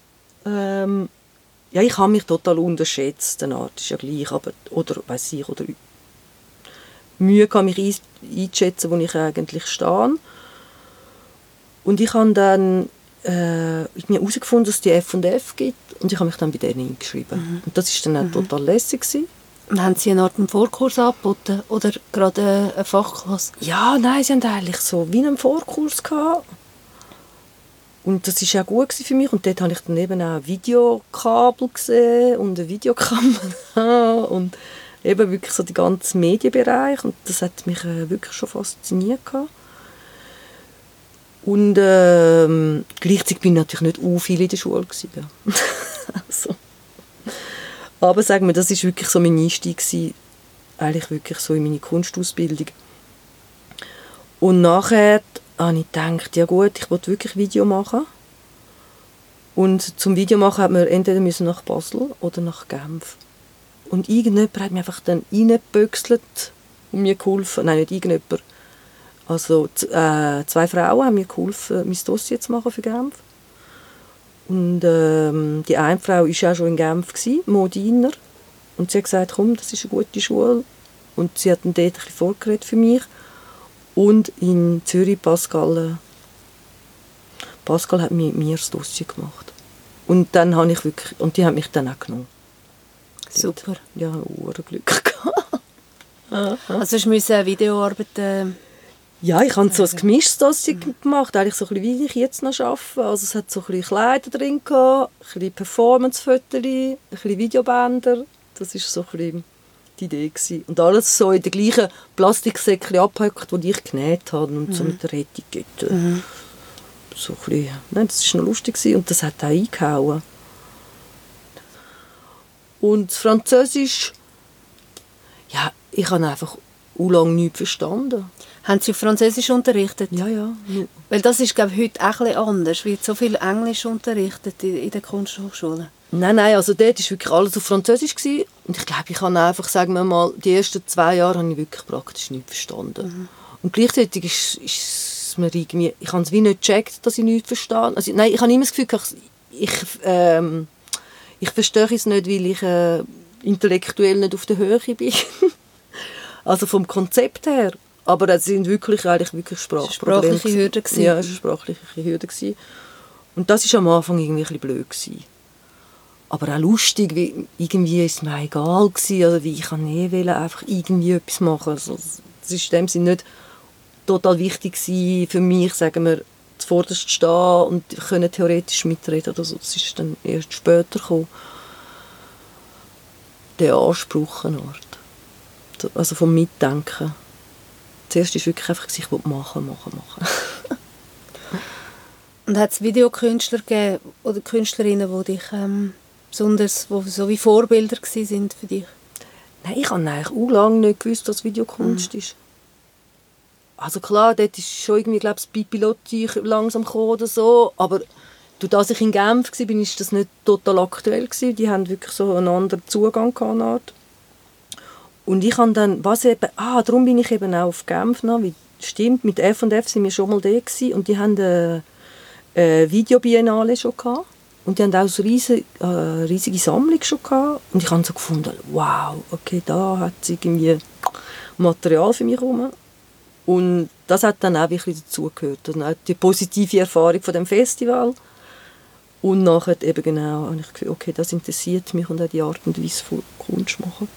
ich habe mich total unterschätzt. Eine Art ist ja gleich, aber, oder Mühe gehabt, mich einzuschätzen, wo ich eigentlich stehe. Und ich habe dann herausgefunden, dass es die F&F gibt. Und ich habe mich dann bei denen eingeschrieben. Und das war dann auch total lässig gewesen. Und haben Sie eine Art einen Vorkurs angeboten oder gerade eine Fachklasse? Ja, nein, sie hatten eigentlich so wie einen Vorkurs gehabt. Und das war auch gut für mich. Und dort habe ich dann eben auch Videokabel gesehen und eine Videokamera und eben wirklich so den ganzen Medienbereich. Und das hat mich wirklich schon fasziniert gehabt. Und gleichzeitig bin ich natürlich nicht viel in der Schule gewesen. Also. Aber sagen wir, das war wirklich so mein Einstieg gewesen, eigentlich wirklich so in meine Kunstausbildung. Und nachher habe ich gedacht, ja gut, ich wollte wirklich Video machen. Und zum Video machen hat man entweder nach Basel oder nach Genf. Und irgendjemand hat mich einfach dann reingebüchselt und mir geholfen. Nein, nicht irgendjemand. Also 2 Frauen haben mir geholfen, mein Dossier zu machen für Genf. Und die eine Frau war auch schon in Genf, Mo Diener. Und sie hat gesagt, komm, das ist eine gute Schule. Und sie hat dann dort ein bisschen vorgeredet für mich. Und in Zürich Pascal hat mir das Dossier gemacht. Und dann habe ich wirklich, und die haben mich dann auch genommen. Super. Ja, Glück gehabt. Also du musst Videoarbeit... Ja, ich habe so ein gemischtes Dossier gemacht, eigentlich so ein bisschen, wie ich jetzt noch arbeite. Also es hat so ein bisschen Kleider drin gehabt, ein bisschen Performance-Fotos, ein bisschen Videobänder. Das war so ein bisschen die Idee gewesen. Und alles so in den gleichen Plastiksäckchen abgehackt, die ich genäht habe und so mit der Etikette. So ein bisschen, nein, das war noch lustig gewesen. Und das hat auch eingehauen. Und das Französisch, ja, ich habe einfach lange nichts verstanden. Haben Sie Französisch unterrichtet? Ja, ja. Weil das ist, glaube ich, heute auch etwas anders. Wird so viel Englisch unterrichtet in der Kunsthochschule? Nein, also dort war wirklich alles auf Französisch gewesen. Und ich glaube, ich habe einfach, sagen wir mal, die ersten 2 Jahre habe ich wirklich praktisch nichts verstanden. Und gleichzeitig ist mir irgendwie, ich habe es wie nicht gecheckt, dass ich nichts verstehe. Also, nein, ich habe immer das Gefühl, ich verstehe es nicht, weil ich intellektuell nicht auf der Höhe bin. Also vom Konzept her. Aber es sind wirklich Sprachprobleme. Sprachliche Hürden gewesen. Ja, es war eine sprachliche Hürde gewesen. Und das war am Anfang irgendwie ein bisschen blöd gewesen. Aber auch lustig, wie, irgendwie ist es mir egal gewesen. Also wie ich wollte einfach irgendwie etwas machen. Also, das ist in dem Sinne nicht total wichtig gewesen für mich, sagen wir, zuvorderst stehen und können theoretisch mitreden oder so. Das ist dann erst später gekommen. Der Anspruch eine Art. Also vom Mitdenken. Zuerst war wirklich einfach, ich wollte machen. Und hat es Videokünstler gegeben oder Künstlerinnen, die dich besonders, die so wie Vorbilder waren für dich? Nein, ich habe eigentlich auch lange nicht gewusst, was Videokunst ist. Also klar, dort ist schon irgendwie, glaube ich, das Pipilotti langsam gekommen oder so, aber Durch das ich in Genf war, war das nicht total aktuell gewesen. Die haben wirklich so einen anderen Zugang gehabt. Und ich habe dann, darum bin ich eben auch auf Genf noch, weil, stimmt, mit F&F sind wir schon mal da gewesen, und die haben eine Videobiennale schon gehabt. Und die haben auch so eine riesige Sammlung schon gehabt. Und ich habe so gefunden, wow, okay, da hat es irgendwie Material für mich herum. Und das hat dann auch wirklich dazugehört. Und auch die positive Erfahrung von dem Festival. Und nachher eben genau, habe ich gefühlt, okay, das interessiert mich und auch die Art und Weise von Kunst machen.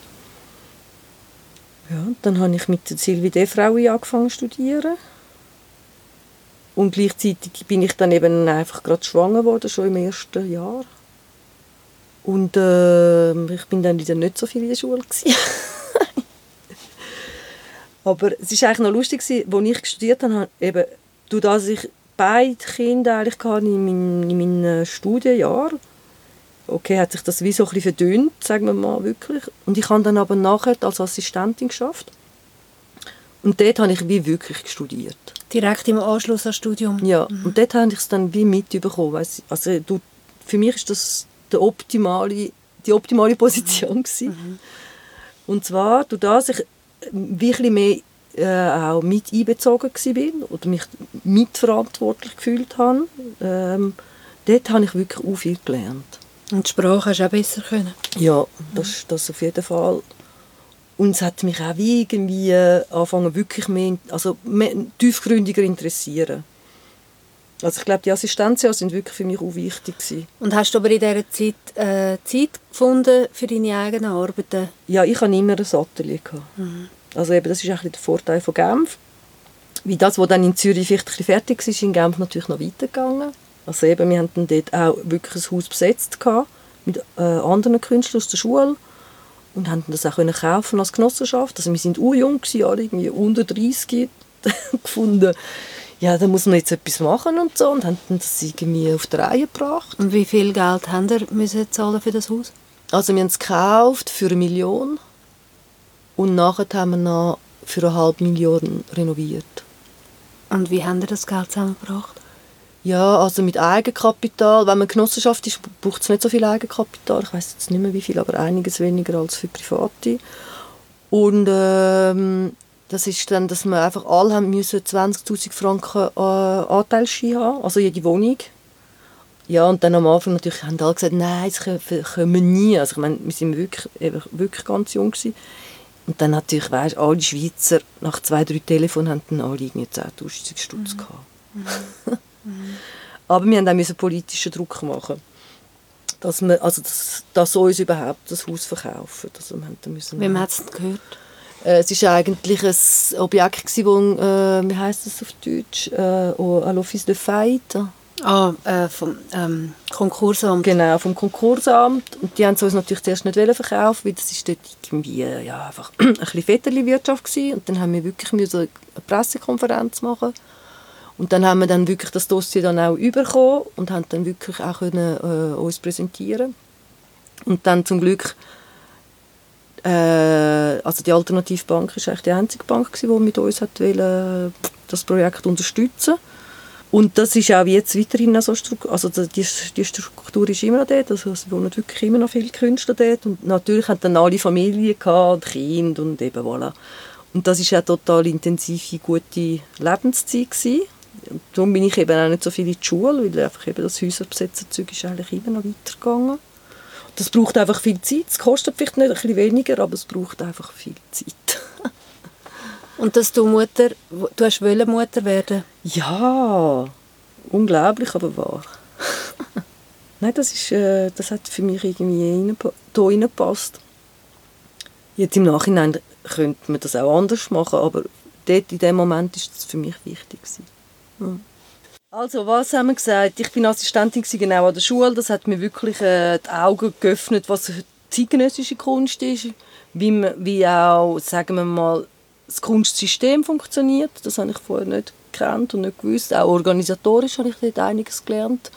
Ja, dann habe ich mit Sylvie Defraui angefangen zu studieren. Und gleichzeitig bin ich dann eben einfach gerade schwanger geworden, schon im ersten Jahr. Und ich bin dann wieder nicht so viel in der Schule gewesen. Aber es war eigentlich noch lustig, als ich studiert habe, eben, durch das ich beide Kinder eigentlich hatte in meinem Studienjahr. Okay, hat sich das wie so ein bisschen verdünnt, sagen wir mal, wirklich. Und ich habe dann aber nachher als Assistentin geschafft. Und dort habe ich wie wirklich studiert. Direkt im Anschluss ans Studium? Ja, und dort habe ich es dann wie mitbekommen. Also, für mich war das die optimale Position gewesen. Und zwar, durch das ich wirklich mehr auch mit einbezogen war oder mich mitverantwortlich gefühlt habe, dort habe ich wirklich auch viel gelernt. Und die Sprache hast du auch besser können? Ja, das auf jeden Fall. Und es hat mich auch wie irgendwie angefangen, wirklich mehr tiefgründiger interessieren. Also ich glaube, die Assistenzjahre sind wirklich für mich auch wichtig gewesen. Und hast du aber in dieser Zeit Zeit gefunden für deine eigenen Arbeiten? Ja, ich hatte immer ein Atelier. Also eben, das ist ein der Vorteil von Genf. Wie das, was dann in Zürich vielleicht ein bisschen fertig war, ist in Genf natürlich noch weitergegangen. Also eben, wir hatten dort auch wirklich ein Haus besetzt mit anderen Künstlern aus der Schule und haben das auch kaufen als Genossenschaft. Also wir waren jung, alle irgendwie unter 30, gefunden, ja, da muss man jetzt etwas machen und so, und haben das irgendwie auf die Reihe gebracht. Und wie viel Geld haben ihr müssen zahlen für das Haus? Also wir haben es gekauft für 1 Million und nachher haben wir noch für 500.000 renoviert. Und wie haben ihr das Geld zusammengebracht? Ja, also mit Eigenkapital. Wenn man Genossenschaft ist, braucht es nicht so viel Eigenkapital. Ich weiss jetzt nicht mehr wie viel, aber einiges weniger als für Private. Und das ist dann, dass wir einfach alle haben müssen 20'000 Franken Anteilsschein haben, also jede Wohnung. Ja, und dann am Anfang natürlich haben alle gesagt, nein, das können wir nie. Also ich meine, wir sind wirklich ganz jung gewesen. Und dann natürlich, weißt, alle Schweizer, nach 2-3 Telefonen haben dann alle irgendwie 10'000 Stutz gehabt. Aber wir mussten auch politischen Druck machen, dass wir, dass uns überhaupt das Haus verkaufen. Also Wem hat es denn gehört? Es war eigentlich ein Objekt, das, wie heisst das auf Deutsch, à l'Office de Fête. Vom Konkursamt. Genau, vom Konkursamt. Und die haben es uns natürlich zuerst nicht verkaufen, weil das ist dort irgendwie einfach ein bisschen Vetterli-Wirtschaft gewesen. Und dann haben wir wirklich eine Pressekonferenz machen. Und dann haben wir dann wirklich das Dossier dann auch bekommen und haben dann wirklich auch können, uns präsentieren. Und dann zum Glück, also die Alternativbank war eigentlich die einzige Bank, die mit uns das Projekt unterstützen wollte. Und das ist auch jetzt weiterhin so also die Struktur ist immer noch dort, also es wohnen wirklich immer noch viele Künstler dort. Und natürlich hatten dann alle Familien und Kinder und eben voilà. Und das war auch total intensive, gute Lebenszeit gewesen. Darum bin ich eben auch nicht so viel in die Schule, weil einfach eben das Häuserbesetzerzeug ist eigentlich immer noch weitergegangen. Das braucht einfach viel Zeit. Es kostet vielleicht nicht ein bisschen weniger, aber es braucht einfach viel Zeit. Und dass du hast Mutter werden? Ja, unglaublich, aber wahr. Nein, das hat für mich irgendwie da reingepasst. Jetzt im Nachhinein könnte man das auch anders machen, aber dort in dem Moment war das für mich wichtig. Also, was haben wir gesagt? Ich bin Assistentin genau an der Schule. Das hat mir wirklich die Augen geöffnet, was zeitgenössische Kunst ist, wie auch, sagen wir mal, das Kunstsystem funktioniert. Das habe ich vorher nicht gekannt und nicht gewusst. Auch organisatorisch habe ich dort einiges gelernt.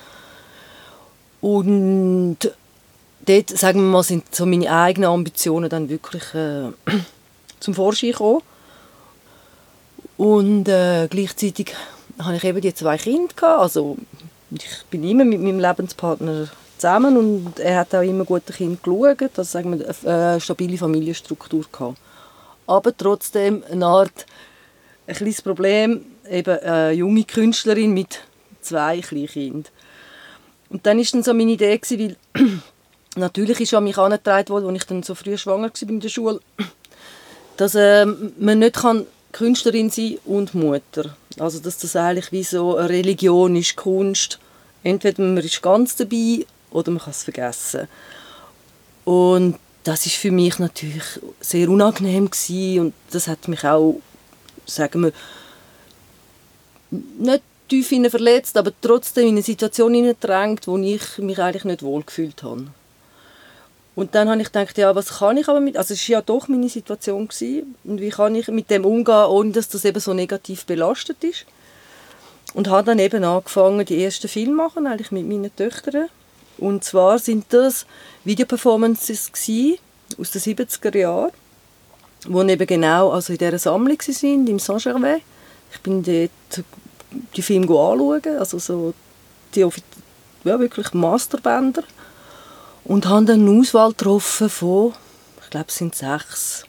Und dort, sagen wir mal, sind so meine eigenen Ambitionen dann wirklich zum Vorschein gekommen. Und gleichzeitig hatte ich eben die 2 Kinder, also ich bin immer mit meinem Lebenspartner zusammen und er hat auch immer gut den Kind geschaut, also sagen wir, eine stabile Familienstruktur gehabt. Aber trotzdem ein kleines Problem, eben eine junge Künstlerin mit 2 kleinen Kindern. Und dann war dann so meine Idee, weil natürlich ist an mich herangetragen worden, als ich dann so früh schwanger war in der Schule, dass man nicht Künstlerin sein und Mutter. Also dass das eigentlich wie so eine Religion ist, Kunst. Entweder man ist ganz dabei oder man kann es vergessen. Und das ist für mich natürlich sehr unangenehm gewesen und das hat mich auch, sagen wir, nicht tief verletzt, aber trotzdem in eine Situation hineingedrängt, wo ich mich eigentlich nicht wohlgefühlt habe. Und dann habe ich gedacht, ja, was kann ich aber mit, also es war ja doch meine Situation gewesen, und wie kann ich mit dem umgehen, ohne dass das eben so negativ belastet ist. Und habe dann eben angefangen, die ersten Filme zu machen, eigentlich mit meinen Töchtern. Und zwar sind das Videoperformances aus den 70er Jahren, die eben genau also in dieser Sammlung waren, im Saint-Gervais. Ich bin dort die Filme anschauen, also so die ja, wirklich Masterbänder. Und habe dann eine Auswahl getroffen von, ich glaube, es sind 6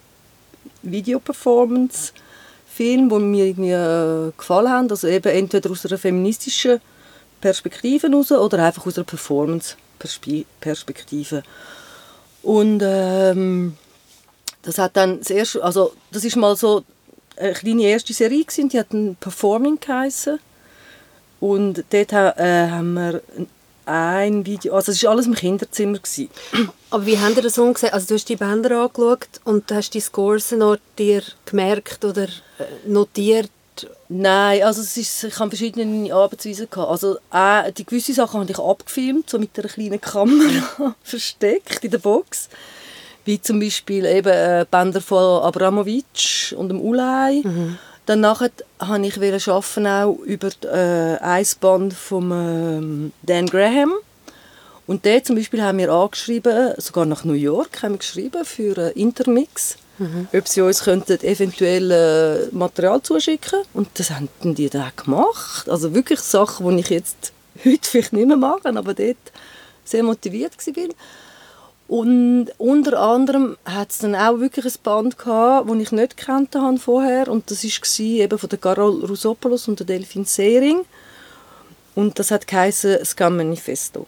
Videoperformance-Filme, die mir irgendwie gefallen haben. Also eben entweder aus einer feministischen Perspektive heraus oder einfach aus einer Performance-Perspektive. Und das hat dann das erste, also das ist mal so eine kleine erste Serie gewesen, die hat ein Performing geheissen. Und dort haben wir ein Video, also es war alles im Kinderzimmer gewesen. Aber wie habt ihr das umgesehen? Also du hast die Bänder angeschaut und hast die Scores noch dir gemerkt oder notiert? Nein, also ich hatte verschiedene Arbeitsweisen. Also die gewisse Sachen habe ich abgefilmt, so mit einer kleinen Kamera versteckt in der Box. Wie zum Beispiel eben Bänder von Abramovic und dem Ulay. Mhm. Dann nachher wollte ich arbeiten auch über ein Band von Dan Graham. Und dort zum Beispiel haben wir angeschrieben, sogar nach New York haben wir geschrieben für Intermix, ob sie uns eventuell Material zuschicken könnten. Und das haben die dann auch gemacht. Also wirklich Sachen, die ich jetzt heute vielleicht nicht mehr mache, aber dort sehr motiviert war. Und unter anderem hat es dann auch wirklich ein Band gehabt, das ich nicht kannte vorher. Und das war eben von der Carol Rousopoulos und der Delphine Seyring. Und das hat geheißen «Scam Manifesto».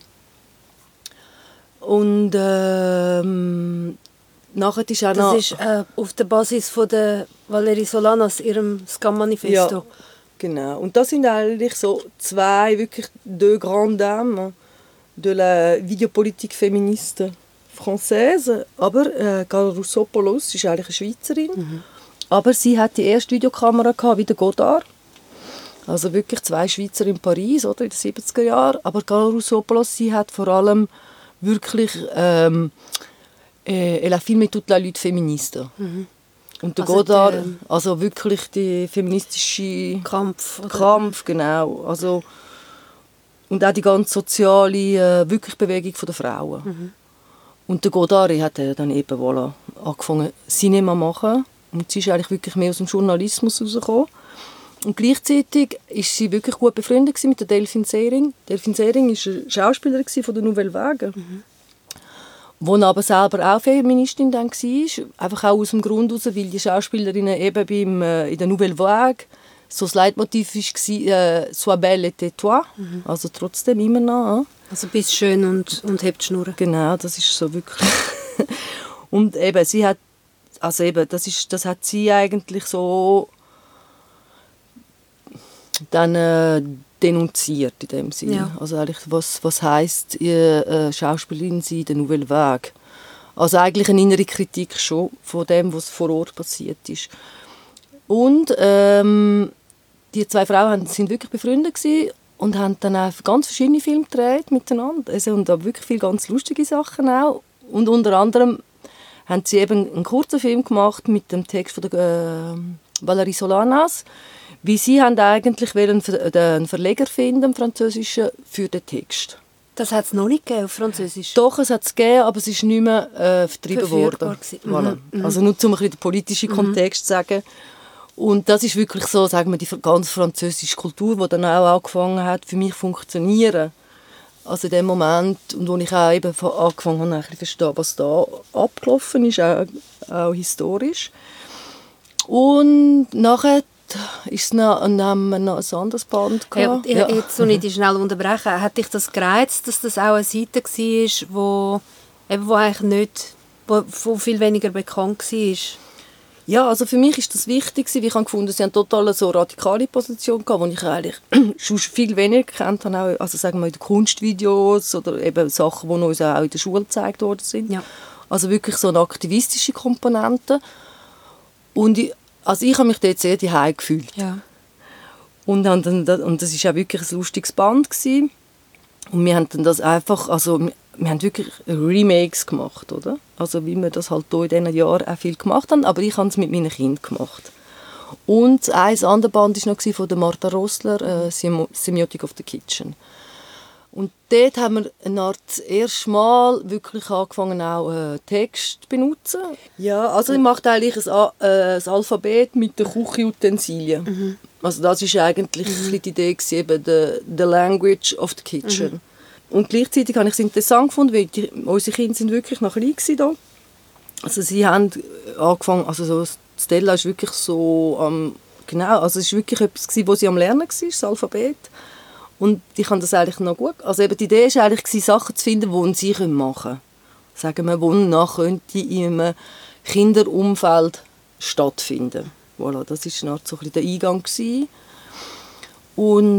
Und nachher ist auch noch... Das ist auf der Basis von der Valerie Solanas, ihrem «Scam Manifesto». Ja, genau. Und das sind eigentlich so 2 wirklich deux grandes dames de la videopolitique féministe française. Aber Carol Rousopoulos ist eigentlich eine Schweizerin. Mhm. Aber sie hat die erste Videokamera gehabt, wie der Godard. Also wirklich 2 Schweizer in Paris, oder, in den 70er Jahren. Aber Carol Rousopoulos, sie hat vor allem wirklich elle a filmé toute la lutte féministe. Mhm. Und der Godard, also wirklich die feministische Kampf, genau. Also, und auch die ganz soziale wirklich Bewegung der Frauen. Mhm. Und der Godard hat dann eben angefangen, Cinema zu machen. Und sie ist eigentlich wirklich mehr aus dem Journalismus herausgekommen. Und gleichzeitig war sie wirklich gut befreundet mit der Delphine Seyring. Delphine Seyring war eine Schauspielerin von der Nouvelle Vague. Mhm. Die aber selber auch Feministin dann war. Einfach auch aus dem Grund heraus, weil die Schauspielerinnen eben in der Nouvelle Vague so das Leitmotiv war, «Sois belle et tais-toi». Mhm. Also trotzdem immer noch. Also bist schön und hebt die Schnur. Genau, das ist so wirklich. Und eben, sie hat, also eben, das hat sie eigentlich so dann denunziert in dem Sinne. Ja. Also eigentlich, was heisst Schauspielerin sein in der Nouvelle Vague? Also eigentlich eine innere Kritik schon von dem, was vor Ort passiert ist. Und die 2 Frauen sind wirklich befreundet gewesen und haben dann auch ganz verschiedene Filme gedreht miteinander. Also, und auch wirklich viele ganz lustige Sachen auch. Und unter anderem haben sie eben einen kurzen Film gemacht mit dem Text von der Valerie Solanas. Wie sie haben eigentlich einen Verleger finden, einen französischen, für den Text. Das hat es noch nicht gegeben auf Französisch? Doch, es hat es gegeben, aber es ist nicht mehr vertrieben worden. Voilà. Mhm. Also nur um ein bisschen den politischen Kontext zu sagen. Und das ist wirklich so, sagen wir, die ganze französische Kultur, die dann auch angefangen hat, für mich zu funktionieren. Also in dem Moment, und wo ich auch eben angefangen habe, zu verstehen, was da abgelaufen ist, auch historisch. Und nachher ist es noch ein anderes Band gehabt. Ja, jetzt soll ich dich schnell unterbrechen. Hat dich das gereizt, dass das auch eine Seite war, wo eigentlich nicht, wo viel weniger bekannt war? Ja, also für mich ist das wichtig, weil ich habe gefunden, sie haben total so radikale Position gehabt, die ich eigentlich schon viel weniger gekannt habe, auch, also sagen wir in den Kunstvideos oder eben Sachen, die uns auch in der Schule gezeigt worden sind. Ja. Also wirklich so eine aktivistische Komponente. Und ich habe mich dort sehr daheim gefühlt. Ja. Und das war auch wirklich ein lustiges Band gewesen. Und wir haben dann das einfach, also wir haben wirklich Remakes gemacht, oder? Also wie wir das halt hier in diesen Jahren auch viel gemacht haben, aber ich habe es mit meinen Kindern gemacht. Und ein anderes Band war noch von der Martha Rossler, Semiotic of the Kitchen. Und dort haben wir eine Art das erste Mal wirklich angefangen, auch Text zu benutzen. Ja, also ich mache eigentlich ein Alphabet mit den Küchenutensilien. Mhm. Also das war eigentlich die Idee, eben the language of the kitchen. Mhm. Und gleichzeitig habe ich es interessant gefunden, weil unsere Kinder sind wirklich noch klein da. Also sie haben angefangen, also so, Stella ist wirklich so, genau, also es war wirklich etwas, wo sie am Lernen war, das Alphabet. Und ich kann das eigentlich noch gut. Also eben die Idee war eigentlich, Sachen zu finden, die sie machen können. Sagen wir, wonach könnte in einem Kinderumfeld stattfinden. Voilà, das war so ein bisschen der Eingang gewesen. Und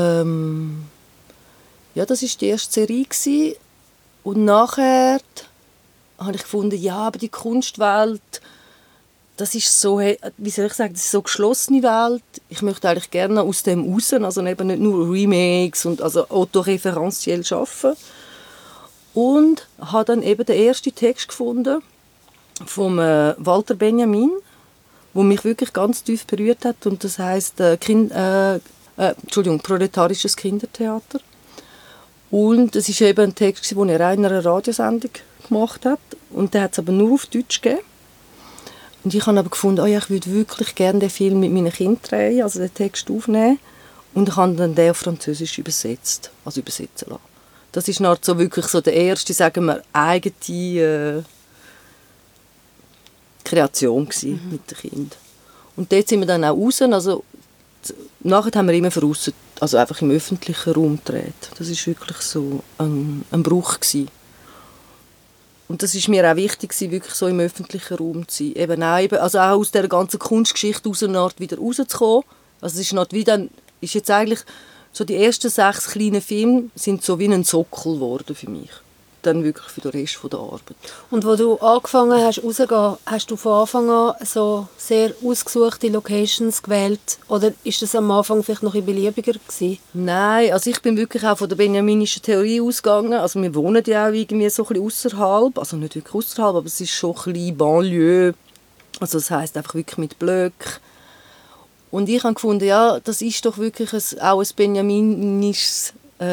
ja, das war die erste Serie gewesen. Und nachher habe ich gefunden, ja, aber die Kunstwelt, das ist so, wie soll ich sagen, das ist so eine geschlossene Welt. Ich möchte eigentlich gerne aus dem raus, also eben nicht nur Remakes und also autoreferenziell arbeiten. Und habe dann eben den ersten Text gefunden vom Walter Benjamin, der mich wirklich ganz tief berührt hat. Und das heisst Proletarisches Kindertheater. Und es war eben ein Text, den er in einer Radiosendung gemacht hat. Und der hat es aber nur auf Deutsch gegeben. Und ich habe aber gefunden, ich würde wirklich gerne den Film mit meinen Kindern drehen, also den Text aufnehmen. Und ich habe dann den auf Französisch übersetzen lassen. Das war so wirklich so der erste, sagen wir, eigene Kreation mit den Kindern. Und dort sind wir dann auch raus. Also, nachher haben wir immer von aussen, also einfach im öffentlichen Raum gedreht. Das war wirklich so ein Bruch gewesen. Und das ist mir auch wichtig, wirklich so im öffentlichen Raum zu sein. Also auch aus dieser ganzen Kunstgeschichte wieder rauszukommen. Also es ist jetzt eigentlich so die ersten 6 kleinen Filme sind so wie ein Sockel geworden für mich. Dann wirklich für den Rest der Arbeit. Und wo du angefangen hast rauszugehen, hast du von Anfang an so sehr ausgesuchte Locations gewählt? Oder ist das am Anfang vielleicht noch ein beliebiger gewesen? Nein, also ich bin wirklich auch von der benjaminischen Theorie ausgegangen. Also wir wohnen ja auch irgendwie so ein bisschen ausserhalb, also nicht wirklich ausserhalb, aber es ist schon ein bisschen Banlieue. Also das heisst einfach wirklich mit Blöcken. Und ich habe gefunden, ja, das ist doch wirklich auch ein benjaminisches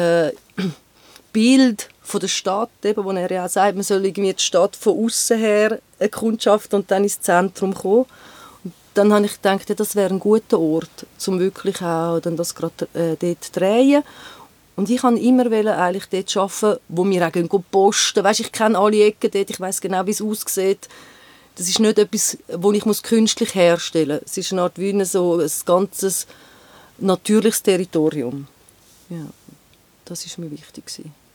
Bild von der Stadt, eben, wo er ja auch sagt, man soll irgendwie die Stadt von außen her erkundschaften und dann ins Zentrum kommen. Und dann habe ich gedacht, ja, das wäre ein guter Ort, um wirklich auch dann das gerade dort zu drehen. Und ich wollte immer eigentlich dort arbeiten, wo wir auch posten. Weißt, ich kenne alle Ecken dort, ich weiss genau, wie es aussieht. Das ist nicht etwas, das ich künstlich herstellen muss. Es ist eine Art wie so ein ganzes natürliches Territorium. Ja, das war mir wichtig.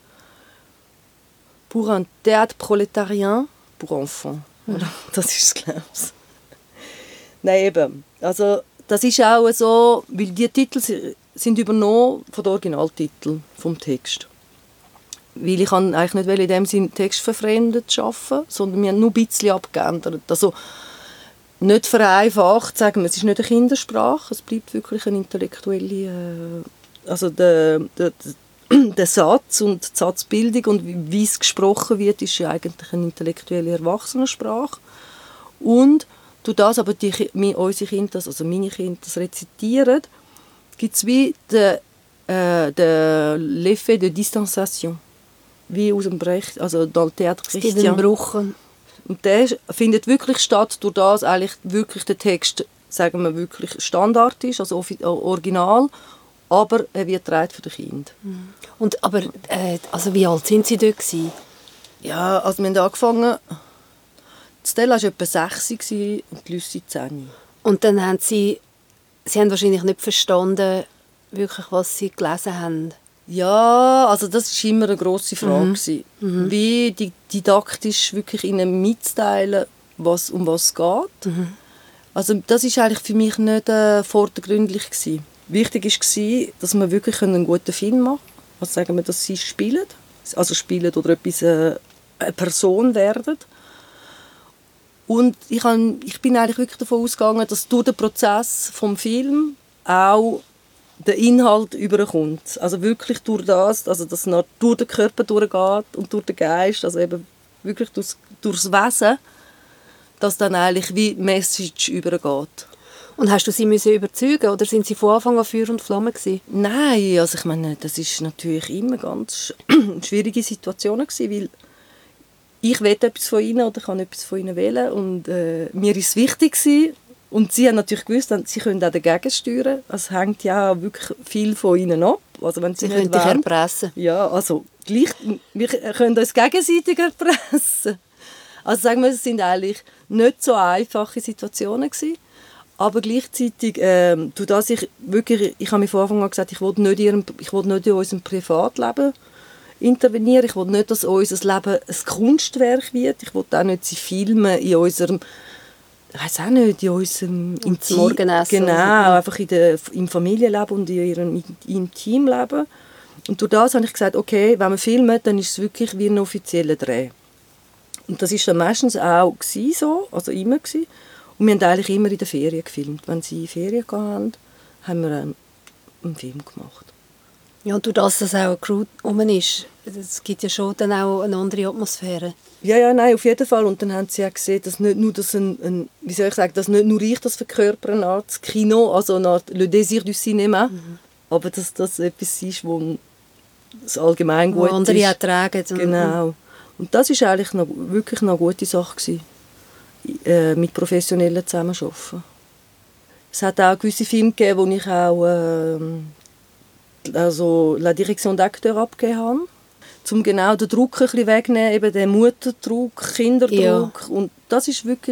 Pour un théâtre prolétarien pour enfants. Das ist es, glaube ich. Nein, eben. Also, das ist auch so, weil die Titel sind übernommen von den Originaltiteln vom Text. Weil ich eigentlich nicht in dem Sinne textverfremdet arbeiten, sondern wir haben nur ein bisschen abgeändert. Also, nicht vereinfacht, sagen wir, es ist nicht eine Kindersprache, es bleibt wirklich eine intellektuelle, also der Satz und die Satzbildung und wie es gesprochen wird, ist ja eigentlich eine intellektuelle Erwachsenensprache. Und durch das aber unsere Kinder, also meine Kinder, das rezitieren, gibt es wie l'effet de distanciation. Wie aus dem Brecht, also dans le Théâtre Christian. Es gibt einen Bruch. Und der findet wirklich statt, durch das eigentlich wirklich der Text sagen wir wirklich Standard ist, also original, aber er wird getragen für die Kinder. Und, aber also wie alt sind Sie dort gewesen? Ja, also wir haben angefangen, Stella war etwa 6 und Lucy 10. Und dann haben Sie haben wahrscheinlich nicht verstanden, wirklich, was Sie gelesen haben. Ja, also das war immer eine grosse Frage. Wie didaktisch wirklich ihnen mitzuteilen, um was es geht. Also das war eigentlich für mich nicht vordergründlich gewesen. Wichtig war, dass wir wirklich einen guten Film machen können. Also sagen wir, dass sie spielen. Also spielen oder etwas, eine Person werden. Und ich bin eigentlich wirklich davon ausgegangen, dass durch den Prozess vom Film auch der Inhalt überkommt. Also wirklich durch das, also dass es durch den Körper durchgeht und durch den Geist, also eben wirklich durchs Wesen, dass dann eigentlich wie die Message übergeht. Und hast du sie müssen überzeugen oder sind sie von Anfang an Feuer und Flamme gewesen? Nein, also ich meine, das ist natürlich immer ganz schwierige Situationen gewesen, weil ich will etwas von ihnen oder kann etwas von ihnen wählen und mir ist es wichtig gewesen. Und sie haben natürlich gewusst, sie können auch dagegen steuern. Es hängt ja wirklich viel von ihnen ab. Also wenn sie können dich erpressen. Ja, also gleich, wir können uns gegenseitig erpressen. Also sagen wir, es sind eigentlich nicht so einfache Situationen gewesen. Aber gleichzeitig, ich habe mir von Anfang an gesagt, ich will nicht in unserem Privatleben intervenieren. Ich will nicht, dass unser Leben ein Kunstwerk wird. Ich will auch nicht sie filmen in unserem, ich weiss auch nicht, in unserem Morgenessen. Genau, einfach im Familienleben und in ihrem Intimleben. Und durch das habe ich gesagt, okay, wenn wir filmen, dann ist es wirklich wie ein offizieller Dreh. Und das war dann meistens auch so, also immer gewesen. Und wir haben eigentlich immer in den Ferien gefilmt. Wenn sie in die Ferien hatten, haben wir einen Film gemacht. Ja, und durch das, dass auch eine Crew rum ist, es gibt ja schon dann auch eine andere Atmosphäre. Ja, nein, auf jeden Fall. Und dann haben sie auch gesehen, dass nicht nur dass wie soll ich sagen, dass nicht nur ich das verkörpere, eine Art Kino, also eine Art Le Désir du Cinéma, aber dass das etwas ist, wo das allgemein gut ist. Wo andere auch tragen. Genau. Und das war eigentlich wirklich eine gute Sache gewesen, mit Professionellen zusammenzuarbeiten. Es hat auch gewisse Filme gegeben, wo ich auch also La Direction d'acteur abgegeben habe, um genau den Druck ein bisschen wegzunehmen, eben den Mutterdruck, Kinderdruck. Ja. Und das ist wirklich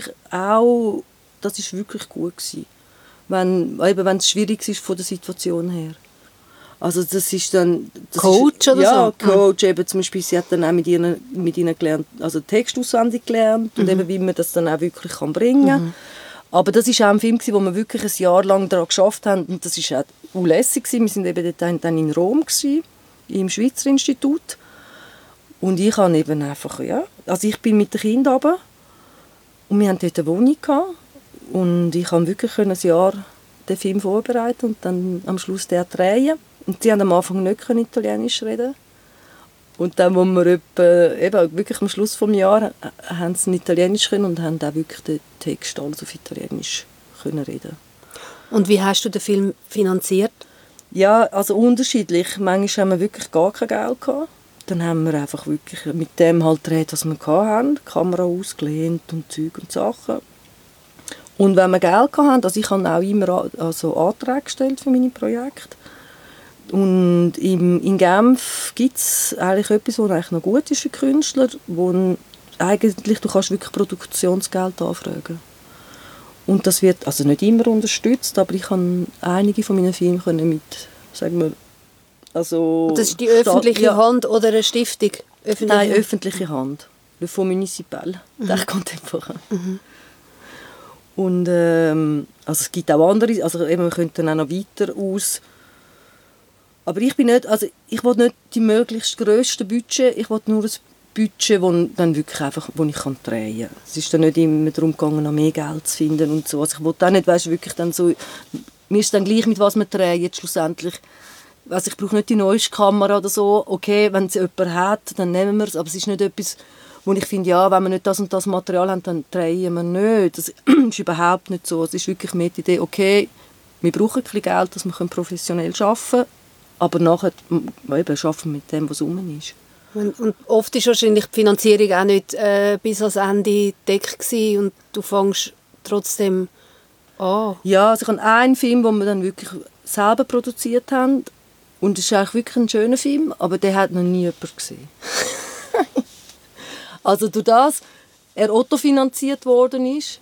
gut gewesen, wenn es schwierig ist von der Situation her. Also das ist dann... Coach oder ja, so? Coach, eben zum Beispiel, sie hat dann auch mit ihnen gelernt, also Text auswendig gelernt und eben, wie man das dann auch wirklich bringen kann. Aber das war auch ein Film, wo wir wirklich ein Jahr lang daran gearbeitet haben und das war auch lässig. Wir waren eben dann in Rom, im Schweizer Institut. Und ich habe eben einfach, also ich bin mit den Kindern runter und wir hatten dort eine Wohnung gehabt. Und ich konnte wirklich ein Jahr den Film vorbereiten und dann am Schluss den drehen. Und sie haben am Anfang nicht Italienisch reden. Und dann, wo wir wirklich am Schluss des Jahres haben sie Italienisch können und haben auch wirklich den Text alles auf Italienisch können reden. Und wie hast du den Film finanziert? Ja, also unterschiedlich. Manchmal haben wir wirklich gar kein Geld gehabt. Dann haben wir einfach wirklich mit dem halt gedreht, was wir hatten. Die Kamera ausgelehnt und Zeug und Sachen. Und wenn wir Geld hatten, also ich habe auch immer Anträge gestellt für meine Projekte. Und in Genf gibt es eigentlich etwas, was eigentlich noch gut ist für Künstler, wo eigentlich du kannst wirklich Produktionsgeld anfragen. Und das wird also nicht immer unterstützt, aber ich kann einige von meinen Filmen mit, sagen wir, also... Das ist die öffentliche Hand oder eine Stiftung? Nein, öffentliche Hand. Le Fonds Municipal. Der kommt einfach. Und also es gibt auch andere, also eben, wir könnten auch noch weiter aus. Aber ich will nicht die möglichst grösste Budget, ich will nur ein Budget, wo dann wirklich einfach, wo ich drehen kann. Es ist dann nicht immer darum gegangen, noch mehr Geld zu finden und so. Also ich will auch nicht, weißt, wirklich dann so, mir ist dann gleich, mit was wir drehen schlussendlich. Also ich brauche nicht die neueste Kamera oder so. Okay, wenn es jemand hat, dann nehmen wir es, aber es ist nicht etwas, wo ich finde, ja, wenn wir nicht das und das Material haben, dann drehen wir nicht. Das ist überhaupt nicht so. Es ist wirklich mehr die Idee, okay, wir brauchen ein bisschen Geld, dass wir professionell arbeiten können, aber nachher arbeiten wir mit dem, was rum ist. Und oft war wahrscheinlich die Finanzierung auch nicht bis ans Ende gedeckt gewesen und du fängst trotzdem Oh. Ja, also ich habe einen Film, den wir dann wirklich selber produziert haben. Und es ist eigentlich wirklich ein schöner Film, aber den hat noch nie jemand gesehen. Also durch das er autofinanziert worden ist,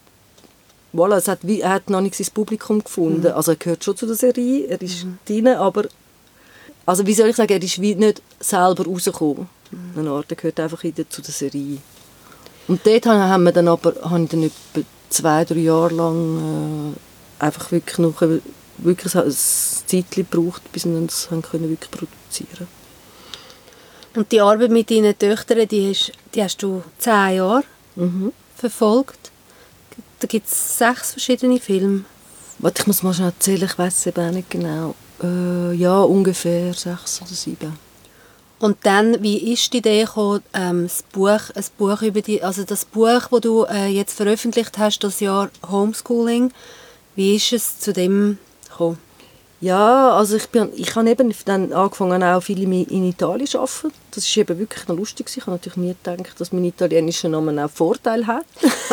er hat noch nicht sein Publikum gefunden. Also er gehört schon zu der Serie, er ist drin, aber also wie soll ich sagen, er ist wie nicht selber rausgekommen. Er gehört einfach zu der Serie. Und dort habe ich dann etwa 2-3 Jahre lang einfach wirklich noch wirklich ein Zeitchen gebraucht, bis wir das wirklich produzieren können. Und die Arbeit mit deinen Töchtern, die hast du 10 Jahre verfolgt. Da gibt es 6 verschiedene Filme. Warte, ich muss mal schnell erzählen, ich weiss es eben auch nicht genau. Ja, ungefähr 6 oder 7. Und dann, wie ist die Idee gekommen, ein Buch über das Buch, das du jetzt veröffentlicht hast, das Jahr Homeschooling, wie ist es zu dem gekommen? Ja, also ich habe eben dann angefangen, auch viel in Italien zu arbeiten. Das ist eben wirklich noch lustig. Ich habe natürlich nie gedacht, dass mein italienischer Name auch Vorteil hat.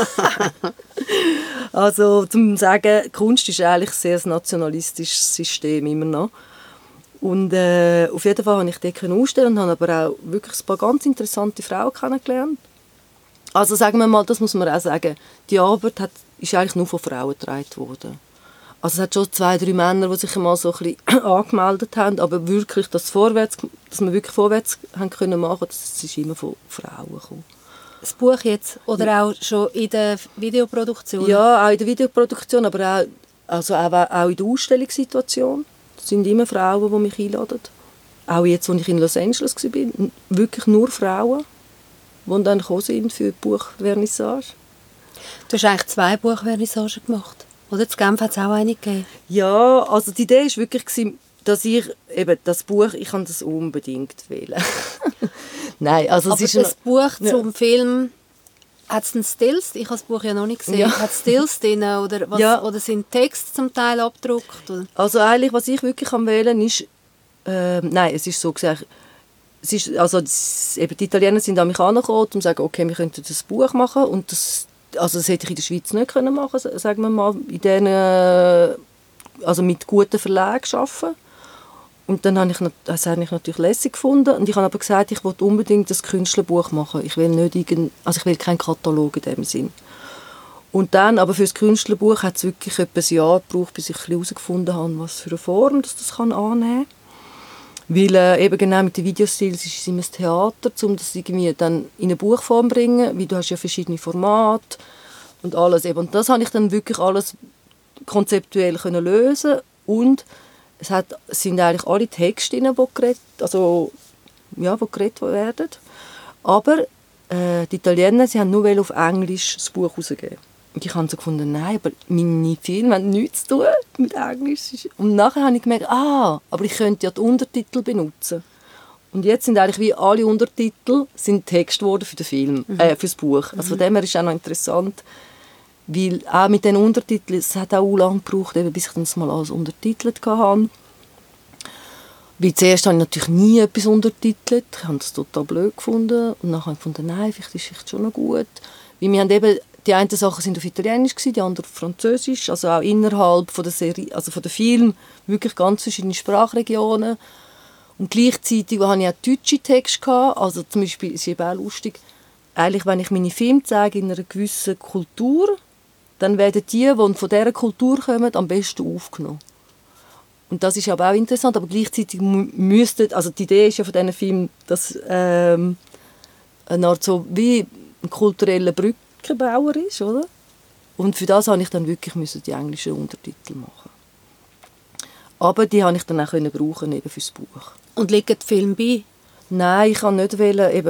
Also, zum sagen, Kunst ist eigentlich ein sehr nationalistisches System immer noch. Und auf jeden Fall konnte ich dort ausstellen und habe aber auch wirklich ein paar ganz interessante Frauen kennengelernt. Also sagen wir mal, das muss man auch sagen, die Arbeit ist eigentlich nur von Frauen getragen worden. Also es hat schon 2-3 Männer, die sich mal so ein bisschen angemeldet haben, aber wirklich, dass wir wirklich vorwärts haben können machen, das ist immer von Frauen gekommen. Das Buch jetzt oder auch schon in der Videoproduktion? Ja, auch in der Videoproduktion, aber auch in der Ausstellungssituation. Es sind immer Frauen, die mich einladen. Auch jetzt, als ich in Los Angeles war, wirklich nur Frauen, die dann gekommen sind für die Buchvernissage. Du hast eigentlich 2 Buchvernissagen gemacht. Oder in Genf hat es auch eine gegeben. Ja, also die Idee war wirklich, dass ich eben das Buch, ich kann das unbedingt wählen. Nein, also aber es ist das Buch zum Film, hat es einen Stills? Ich habe das Buch ja noch nicht gesehen. Ja. Hat es Stills drin oder sind Texte zum Teil abgedruckt? Oder? Also eigentlich, was ich wirklich wählen ist, nein, es ist so gesagt, eben die Italiener sind an mich angekommen, um zu sagen, okay, wir könnten das Buch machen und das hätte ich in der Schweiz nicht können machen, sagen wir mal, mit guten Verlagen arbeiten. Und dann habe ich das natürlich lässig gefunden und ich habe aber gesagt, ich will unbedingt das Künstlerbuch machen. Ich will keinen Katalog in dem Sinn. Und dann, aber für das Künstlerbuch hat es wirklich etwa ein Jahr gebraucht, bis ich herausgefunden habe, was für eine Form das annehmen kann. Weil eben genau mit den Videostils ist es immer das Theater, um das irgendwie dann in eine Buchform zu bringen, weil du hast ja verschiedene Formate und alles. Eben. Und das habe ich dann wirklich alles konzeptuell können lösen und es sind eigentlich alle Texte drin, die geredet werden. Aber die Italiener, sie haben nur auf Englisch das Buch herausgegeben. Und ich habe so gefunden, nein, aber meine Filme haben nichts zu tun mit Englisch. Und nachher habe ich gemerkt, aber ich könnte ja die Untertitel benutzen. Und jetzt sind eigentlich wie alle Untertitel sind Text geworden für den Film, für das Buch. Also von dem her ist auch noch interessant, weil auch mit den Untertiteln, es hat auch lange gebraucht, bis ich das mal alles untertitelt hatte. Weil zuerst habe ich natürlich nie etwas untertitelt, ich habe das total blöd gefunden. Und dann habe ich gefunden, nein, vielleicht ist es schon noch gut. Weil wir haben eben, die einen Sachen sind auf Italienisch, die anderen auf Französisch, also auch innerhalb von der Serie, also von der Film, wirklich ganz verschiedene Sprachregionen. Und gleichzeitig hatte ich auch deutsche Texte, also zum Beispiel, ist eben auch lustig, eigentlich, wenn ich meine Filme zeige in einer gewissen Kultur, dann werden die von dieser Kultur kommen, am besten aufgenommen. Und das ist aber auch interessant, aber gleichzeitig also die Idee ist ja von diesen Filmen, dass eine Art so wie ein kultureller Brückenbauer ist, oder? Und für das musste ich dann wirklich die englischen Untertitel machen. Aber die konnte ich dann auch brauchen eben fürs Buch. Und liegen die Filme bei? Nein, ich wollte nicht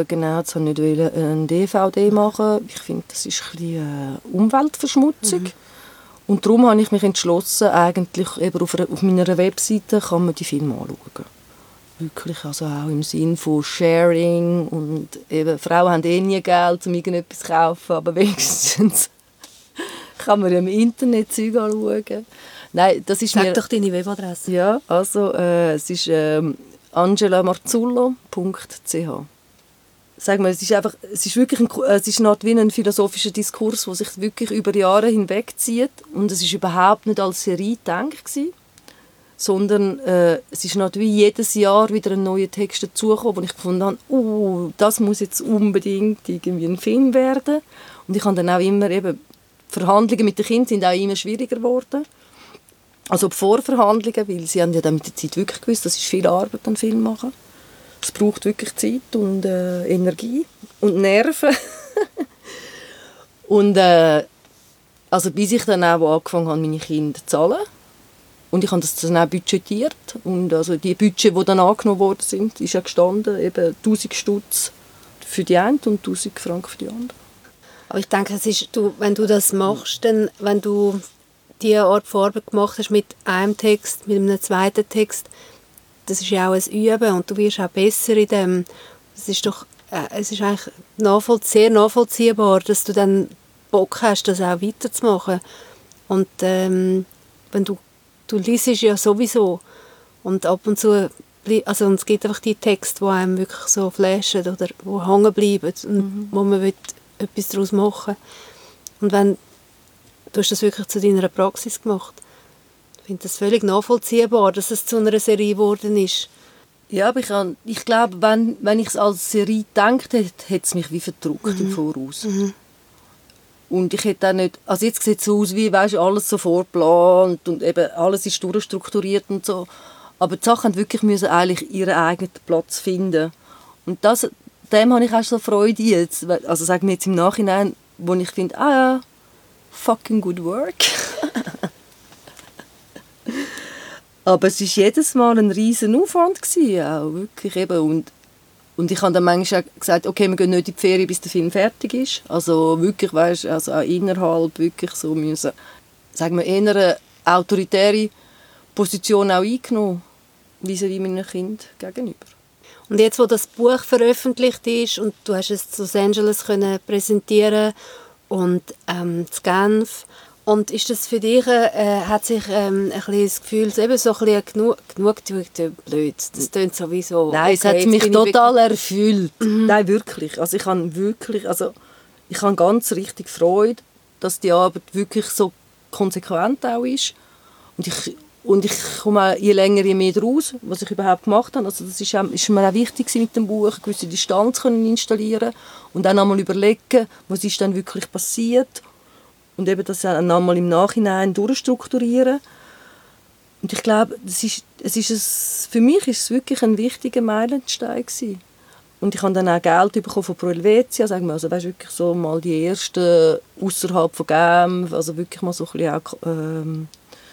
eine DVD machen. Ich finde, das ist ein bisschen Umweltverschmutzung. Und darum habe ich mich entschlossen, eigentlich eben auf meiner Webseite kann man die Filme anschauen. Wirklich, also auch im Sinn von Sharing und eben, Frauen haben nie Geld, um irgendetwas zu kaufen, aber wenigstens kann man ja im Internet Zeug anschauen. Nein, das ist Sag doch deine Webadresse. Ja, also es ist angelamarzzullo.ch. sag mal, es ist wirklich es ist eine Art wie ein philosophischer Diskurs, der sich wirklich über Jahre hinweg zieht. Und es ist überhaupt nicht als Serie gedacht gewesen, sondern es ist wie jedes Jahr wieder ein neuer Text dazugekommen, wo ich gefunden habe, das muss jetzt unbedingt irgendwie ein Film werden. Und ich habe dann auch immer eben, Verhandlungen mit den Kindern sind auch immer schwieriger geworden. Also die Vorverhandlungen, weil sie haben ja dann mit der Zeit wirklich gewusst, das ist viel Arbeit, einen Film machen. Es braucht wirklich Zeit und Energie und Nerven. Und also bis ich dann auch angefangen habe, meine Kinder zu zahlen. Und ich habe das dann auch budgetiert. Und also die Budget, die dann angenommen worden sind, ist ja gestanden, eben 1000 Stutz für die einen und 1000 Franken für die anderen. Aber ich denke, es ist, wenn du das machst, dann, wenn du diese Art von Arbeit gemacht hast mit einem Text, mit einem zweiten Text, das ist ja auch ein Üben und du wirst auch besser in dem. Es ist eigentlich sehr nachvollziehbar, dass du dann Bock hast, das auch weiterzumachen. Und wenn du liest ja sowieso und ab und zu, also und es gibt einfach die Texte, die einem wirklich so flashen oder die hängen bleiben und wo man etwas daraus machen will. Und wenn du hast das wirklich zu deiner Praxis gemacht. Ich finde das völlig nachvollziehbar, dass es zu einer Serie geworden ist. Ja, aber ich glaube, wenn ich es als Serie gedacht hätte, hätte es mich wie verdrückt im Voraus. Und ich hätte auch nicht, also jetzt sieht es so aus, wie weißt, alles so vorgeplant und eben alles ist durchstrukturiert und so. Aber die Sachen müssen eigentlich ihren eigenen Platz finden. Und dem habe ich auch so Freude jetzt. Also sagen wir jetzt im Nachhinein, wo ich finde, ja, fucking good work. Aber es war jedes Mal ein riesen Aufwand gewesen, auch wirklich eben. Und ich habe dann manchmal auch gesagt, okay, wir gehen nicht in die Ferien, bis der Film fertig ist. Also wirklich, weißt, also auch innerhalb wirklich so müssen, sagen wir, eher eine autoritäre Position auch eingenommen, vis-à-vis meinen Kindern gegenüber. Und jetzt, wo das Buch veröffentlicht ist und du hast es zu Los Angeles können präsentieren und zu Genf, und ist das für dich, hat sich ein bisschen das Gefühl, eben so ein bisschen Genugtuung, blöd, das klingt sowieso... Nein, es hat mich total erfüllt. Nein, wirklich. Also ich habe ganz richtig Freude, dass die Arbeit wirklich so konsequent auch ist. Und ich komme auch je länger, je mehr daraus, was ich überhaupt gemacht habe. Also das ist mir auch wichtig mit dem Buch, eine gewisse Distanz können installieren und dann einmal überlegen, was ist dann wirklich passiert. Und eben das dann einmal im Nachhinein durchstrukturieren. Und ich glaube, für mich ist es wirklich ein wichtiger Meilenstein gewesen. Und ich habe dann auch Geld bekommen von Pro Helvetia, sagen wir, also weißt, wirklich so mal die ersten außerhalb von Genf, also wirklich mal so ein bisschen auch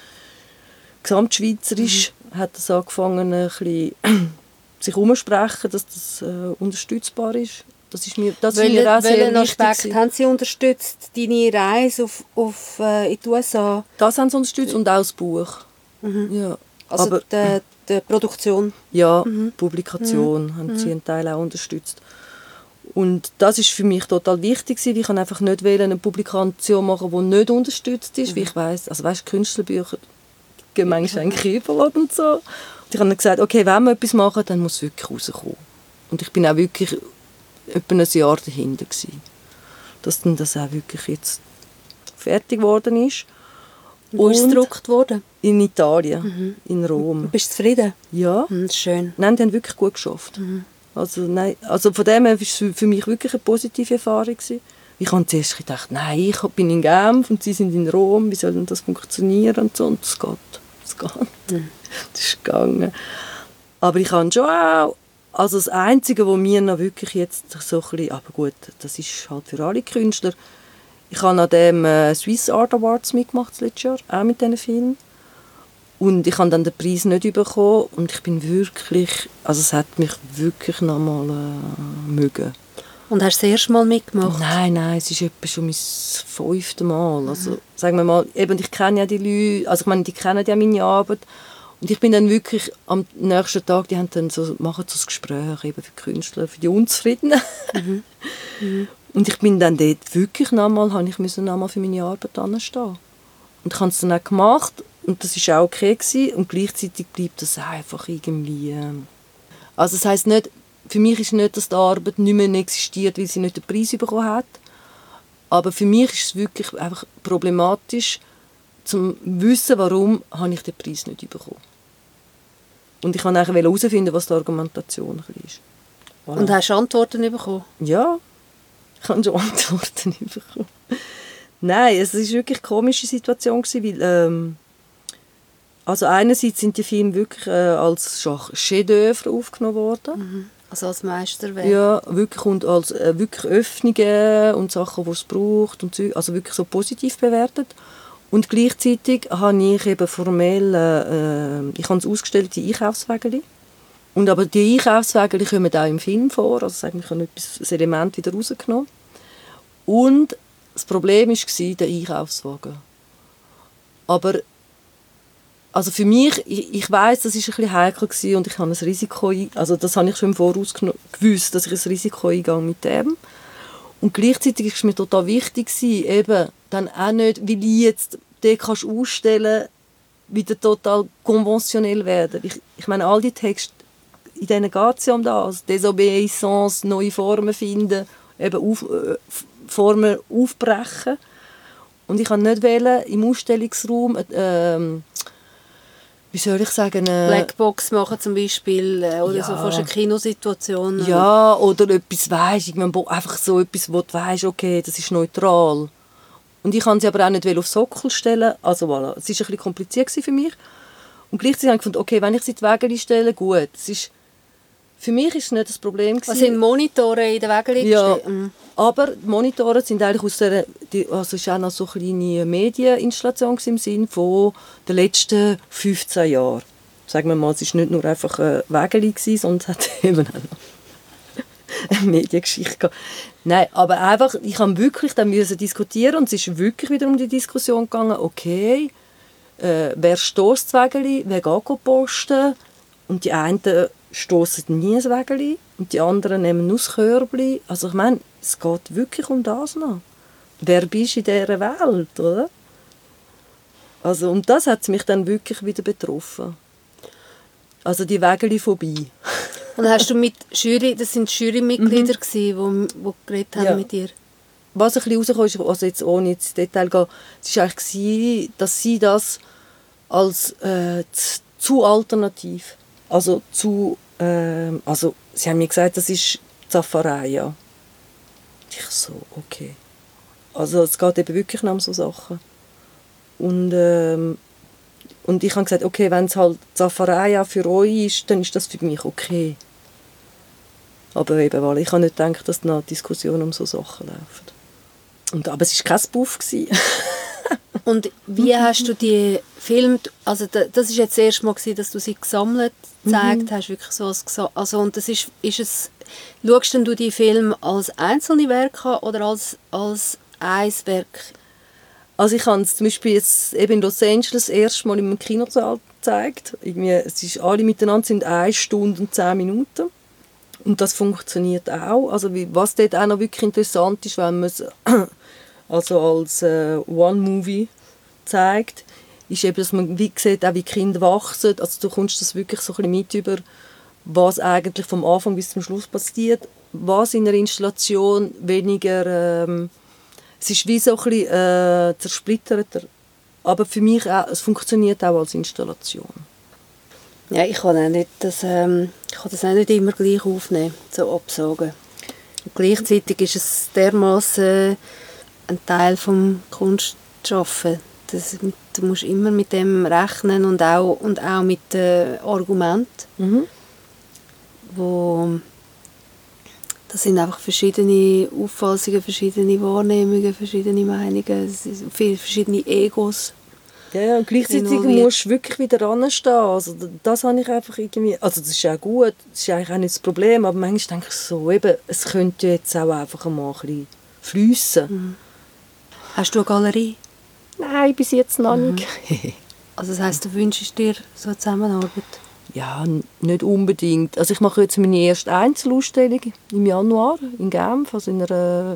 gesamtschweizerisch hat das angefangen, ein bisschen sich umzusprechen, dass das unterstützbar ist. Das ist mir auch sehr wichtig. Aspekt haben Sie unterstützt? Deine Reise in die USA? Das haben sie unterstützt und auch das Buch. Ja. Also aber die Produktion? Ja, die Publikation haben sie einen Teil auch unterstützt. Und das ist für mich total wichtig. Ich kann einfach nicht eine Publikation machen, die nicht unterstützt ist. Wie ich weiss, also weißt, Künstlerbücher gehen manchmal eigentlich übel und so. Und ich habe dann gesagt, okay, wenn wir etwas machen, dann muss es wirklich rauskommen. Und ich bin auch wirklich etwa ein Jahr dahinter gewesen, dass dann das auch wirklich jetzt fertig geworden ist. Wo ist es gedruckt worden? In Italien, in Rom. Bist du zufrieden? Ja. Das ist schön. Nein, die haben wirklich gut geschafft. Also von dem her war es für mich wirklich eine positive Erfahrung gewesen. Ich habe zuerst gedacht, nein, ich bin in Genf und sie sind in Rom, wie soll denn das funktionieren und so. Und es geht. Das ist gegangen. Aber ich habe schon auch, also das Einzige, was mir noch wirklich jetzt so ein bisschen, aber gut, das ist halt für alle Künstler, ich habe an dem Swiss Art Awards mitgemacht letztes Jahr, auch mit diesen Filmen. Und ich habe dann den Preis nicht bekommen und ich bin wirklich, also es hat mich wirklich nochmal mögen. Und hast du das erste Mal mitgemacht? Nein, es ist etwa schon mein 5. Mal. Also, sagen wir mal, eben, ich kenne ja die Leute, also ich meine, die kennen ja meine Arbeit. Und ich bin dann wirklich am nächsten Tag, die haben dann machen so ein Gespräch eben für Künstler, für die Unzufriedenen. Und ich bin dann dort wirklich nochmal für meine Arbeit anstehen. Und ich habe es dann auch gemacht und das war auch okay gewesen. Und gleichzeitig bleibt das einfach irgendwie... Also das heisst nicht, für mich ist nicht, dass die Arbeit nicht mehr existiert, weil sie nicht den Preis bekommen hat. Aber für mich ist es wirklich einfach problematisch, zu wissen, warum habe ich den Preis nicht bekommen. Und ich wollte eigentlich herausfinden, was die Argumentation ist. Voilà. Und hast du Antworten bekommen? Ja, ich habe schon Antworten bekommen. Nein, es war wirklich eine komische Situation, weil also einerseits sind die Filme wirklich als Chef-d'œuvre aufgenommen worden. Mhm. Also als Meisterwerk? Ja, wirklich, und als wirklich Öffnungen und Sachen, die es braucht, und also wirklich so positiv bewertet. Und gleichzeitig habe ich eben formell, ich habe es ausgestellt, die Einkaufswägeli. Und aber die Einkaufswägeli kommen auch im Film vor, also ich habe ein Element wieder rausgenommen. Und das Problem war der Einkaufswagen. Aber also für mich, ich weiss, das war ein bisschen heikel gewesen und ich habe ein Risiko, also das habe ich schon im Voraus gewusst, dass ich ein Risiko eingehe mit dem. Und gleichzeitig war es mir total wichtig, eben dann auch nicht, weil ich jetzt den kannst ausstellen, wieder total konventionell werden. Ich meine, all die Texte, in denen geht es ja um das. Désobéissance, neue Formen finden, eben Formen aufbrechen. Und ich kann nicht wählen, im Ausstellungsraum wie soll ich sagen, Blackbox machen zum Beispiel, oder ja, so fast eine Kinosituation. Ja, oder etwas weisst, einfach so etwas, wo du weisst, okay, das ist neutral. Und ich kann sie aber auch nicht auf Sockel stellen, also voilà, es war ein bisschen kompliziert für mich. Und gleichzeitig habe ich gefunden, okay, wenn ich sie in die Wägeli stelle, gut, für mich war es nicht das Problem. Was sind Monitore in den Wägeli ja, gestellt? Mhm. Aber die Monitore sind eigentlich aus der, also es war auch noch so eine kleine Medieninstallation im Sinne von den letzten 15 Jahren. Sagen wir mal, es war nicht nur einfach ein Wägeli, sondern es hat eben auch noch eine Mediengeschichte gehabt. Nein, aber einfach, ich musste wirklich dann diskutieren und es ist wirklich wieder um die Diskussion gegangen, okay, wer stösst das Wägeli, wer geht posten, und die einen stossen nie ein Wägeli und die anderen nehmen nur das Körbchen. Also ich meine, es geht wirklich um das noch. Wer bist du in dieser Welt, oder? Also, und das hat mich dann wirklich wieder betroffen. Also die Wägeli-Phobie. Und hast du mit Jury, das sind Jurymitglieder gewesen, die geredet haben mit dir? Was ein bisschen rauskam, ist, also jetzt ohne ins Detail zu gehen, es war eigentlich, dass sie das als zu alternativ, also also sie haben mir gesagt, das ist Zaffareia. Ich so, okay. Also es geht eben wirklich noch um so Sachen. Und ich habe gesagt, okay, wenn es halt Zaffareia für euch ist, dann ist das für mich okay. Aber eben, weil ich habe nicht gedacht, dass eine Diskussion um so Sachen läuft. Aber es war kein Buff. Und wie hast du die Filme, also das war jetzt das erste Mal, dass du sie gesammelt gezeigt hast, wirklich so also und das ist es, schaust du die Filme als einzelne Werke an oder als ein Werk? Also ich habe es zum Beispiel jetzt eben in Los Angeles erst mal im Kinosaal gezeigt. Alle miteinander sind 1 Stunde und 10 Minuten. Und das funktioniert auch. Also was dort auch noch wirklich interessant ist, wenn man es also als One-Movie zeigt, ist eben, dass man sieht, auch wie Kinder wachsen. Also du kommst das wirklich so ein bisschen mit über, was eigentlich vom Anfang bis zum Schluss passiert. Was in der Installation weniger... es ist wie so ein bisschen zersplitterter. Aber für mich auch, es funktioniert auch als Installation. Ja, ich kann das auch nicht immer gleich aufnehmen, so absagen. Und gleichzeitig ist es dermaßen ein Teil vom Kunstschaffen. Du musst immer mit dem rechnen und auch mit den Argumenten. Das sind einfach verschiedene Auffassungen, verschiedene Wahrnehmungen, verschiedene Meinungen, viele verschiedene Egos. Ja, und gleichzeitig musst du wirklich wieder ranstehen. Also das habe ich einfach irgendwie... Also das ist auch gut, das ist eigentlich auch nicht das Problem, aber manchmal denke ich so, eben, es könnte jetzt auch einfach mal ein bisschen fliessen. Hast du eine Galerie? Nein, bis jetzt noch nicht. Also das heisst, du wünschst dir so eine Zusammenarbeit? Ja, nicht unbedingt. Also ich mache jetzt meine erste Einzelausstellung im Januar in Genf, also in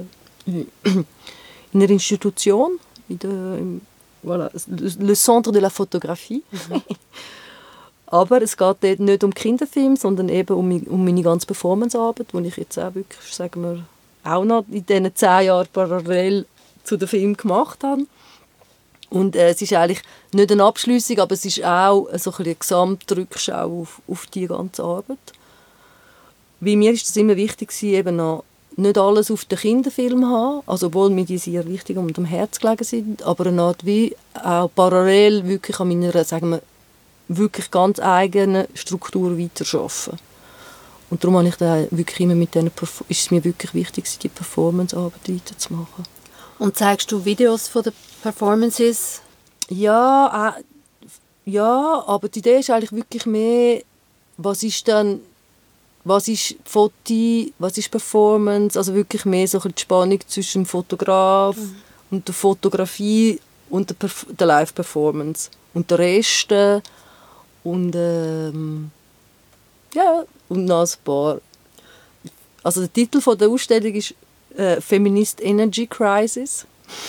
einer Institution, voilà, le Centre de la Photographie. Aber es geht dort nicht um Kinderfilm, sondern eben um meine ganze Performancearbeit, die ich jetzt auch wirklich, sagen wir, auch noch in diesen 10 Jahren parallel zu dem Film gemacht habe. Und es ist eigentlich nicht eine Abschliessung, aber es ist auch so eine Gesamtrückschau auf die ganze Arbeit. Bei mir ist es immer wichtig, eben noch nicht alles auf den Kinderfilm zu haben, also obwohl mir die sehr wichtig und am Herzen gelegen sind, aber eine Art wie auch parallel wirklich an meiner, sagen wir, wirklich ganz eigenen Struktur weiterarbeiten. Und darum habe ich da wirklich immer ist es mir wirklich wichtig, die Performance-Arbeit weiterzumachen. Und zeigst du Videos von den Performances? Ja, aber die Idee ist eigentlich wirklich mehr, was ist Foto, was ist Performance, also wirklich mehr so die Spannung zwischen dem Fotograf und der Fotografie und der Live-Performance. Und der Rest und und noch ein paar. Also der Titel der Ausstellung ist Feminist Energy Crisis.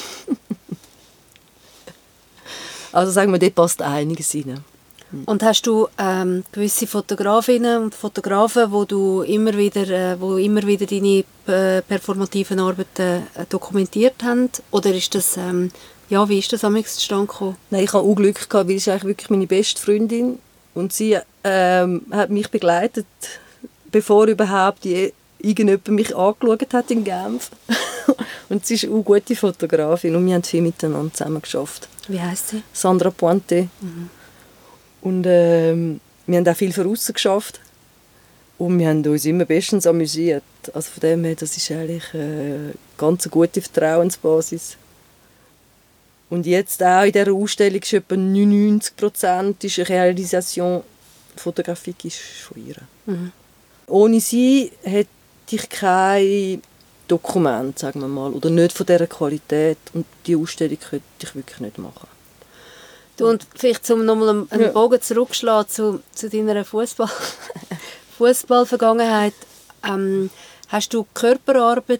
Also sagen wir, dort passt einiges rein. Und hast du gewisse Fotografinnen und Fotografen, wo immer wieder deine performativen Arbeiten dokumentiert haben? Oder ist das, wie ist das zustande gekommen? Nein, ich hatte auch Glück gehabt, weil sie ist eigentlich wirklich meine beste Freundin und sie hat mich begleitet, bevor überhaupt irgendjemand mich angeschaut hat in Genf. Und sie ist auch eine gute Fotografin und wir haben viel miteinander zusammen geschafft. Wie heisst sie? Sandra Pointe. Mhm. Und wir haben auch viel von außen geschafft. Und wir haben uns immer bestens amüsiert. Also von dem her, das ist eigentlich eine ganz gute Vertrauensbasis. Und jetzt auch in dieser Ausstellung ist etwa 99% ist eine Realisation. Die Fotografie ist von ihr. Mhm. Ohne sie hätte ich kein Dokument, sagen wir mal, oder nicht von dieser Qualität. Und diese Ausstellung könnte ich wirklich nicht machen. Du, und vielleicht um nochmal einen Bogen zurückzuschlagen zu deiner Fußballvergangenheit. Hast du Körperarbeit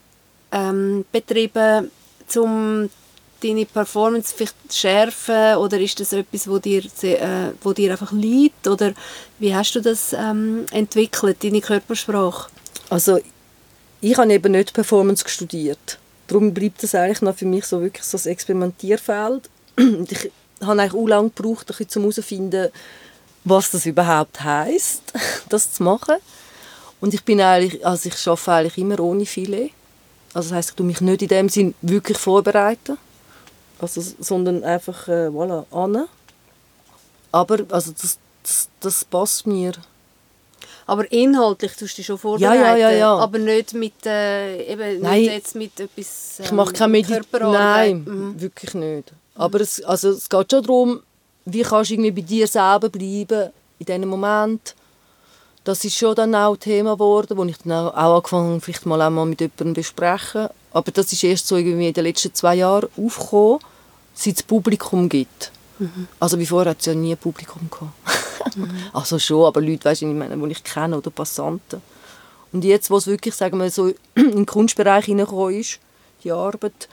betrieben, um deine Performance vielleicht zu schärfen? Oder ist das etwas, wo dir einfach liegt? Oder wie hast du das entwickelt, deine Körpersprache? Also, ich habe eben nicht Performance studiert. Darum bleibt das eigentlich noch für mich so wirklich so ein Experimentierfeld. Ich habe eigentlich auch lange gebraucht, um herauszufinden, was das überhaupt heisst, das zu machen. Und ich arbeite eigentlich immer ohne Filet. Also das heisst, ich tue mich nicht in dem Sinn wirklich vorbereiten, also, sondern einfach an. Aber also das passt mir. Aber inhaltlich tust du dich schon vorbereiten, ja. aber nicht mit, nicht jetzt mit etwas ich mache keine Körperarbeit. Nein, wirklich nicht. Aber es geht schon darum, wie kannst du irgendwie bei dir selber bleiben in diesem Moment. Das ist schon dann auch Thema geworden, wo ich dann auch angefangen vielleicht mal mit jemandem besprechen. Aber das ist erst so irgendwie in den letzten 2 Jahren aufgekommen, seit es Publikum gibt. Mhm. Also wie vorher hat es ja nie ein Publikum gehabt. Also schon, aber Leute, weißt du, die ich kenne oder Passanten. Und jetzt, wo es wirklich, sagen wir, so in den Kunstbereich hineingekommen ist, die Arbeit,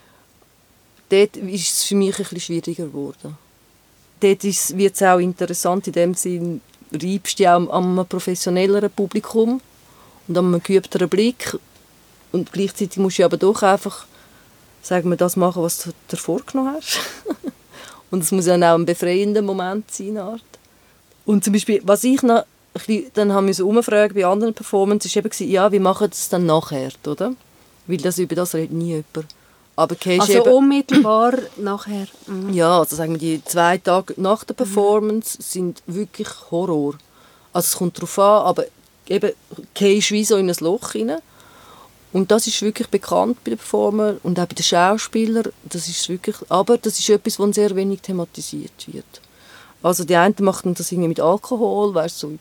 dort ist es für mich ein bisschen schwieriger geworden. Dort wird es auch interessant, in dem Sinne, reibst du auch an einem professionelleren Publikum und an einem geübteren Blick. Und gleichzeitig musst du aber doch einfach, sagen wir, das machen, was du dir vorgenommen hast. Und es muss ja auch ein befreiender Moment sein. Art. Und zum Beispiel, was ich noch dann haben wir so umfragen bei anderen Performances, war eben, ja, wie machen das dann nachher, oder? Weil über das redet nie jemand. Aber also unmittelbar nachher? Mhm. Ja, also sagen wir, die 2 Tage nach der Performance sind wirklich Horror. Also es kommt darauf an, aber eben gehst wie so in ein Loch rein. Und das ist wirklich bekannt bei den Performern und auch bei den Schauspielern. Das ist wirklich, aber das ist etwas, das sehr wenig thematisiert wird. Also die einen machen das irgendwie mit Alkohol, weißt, so.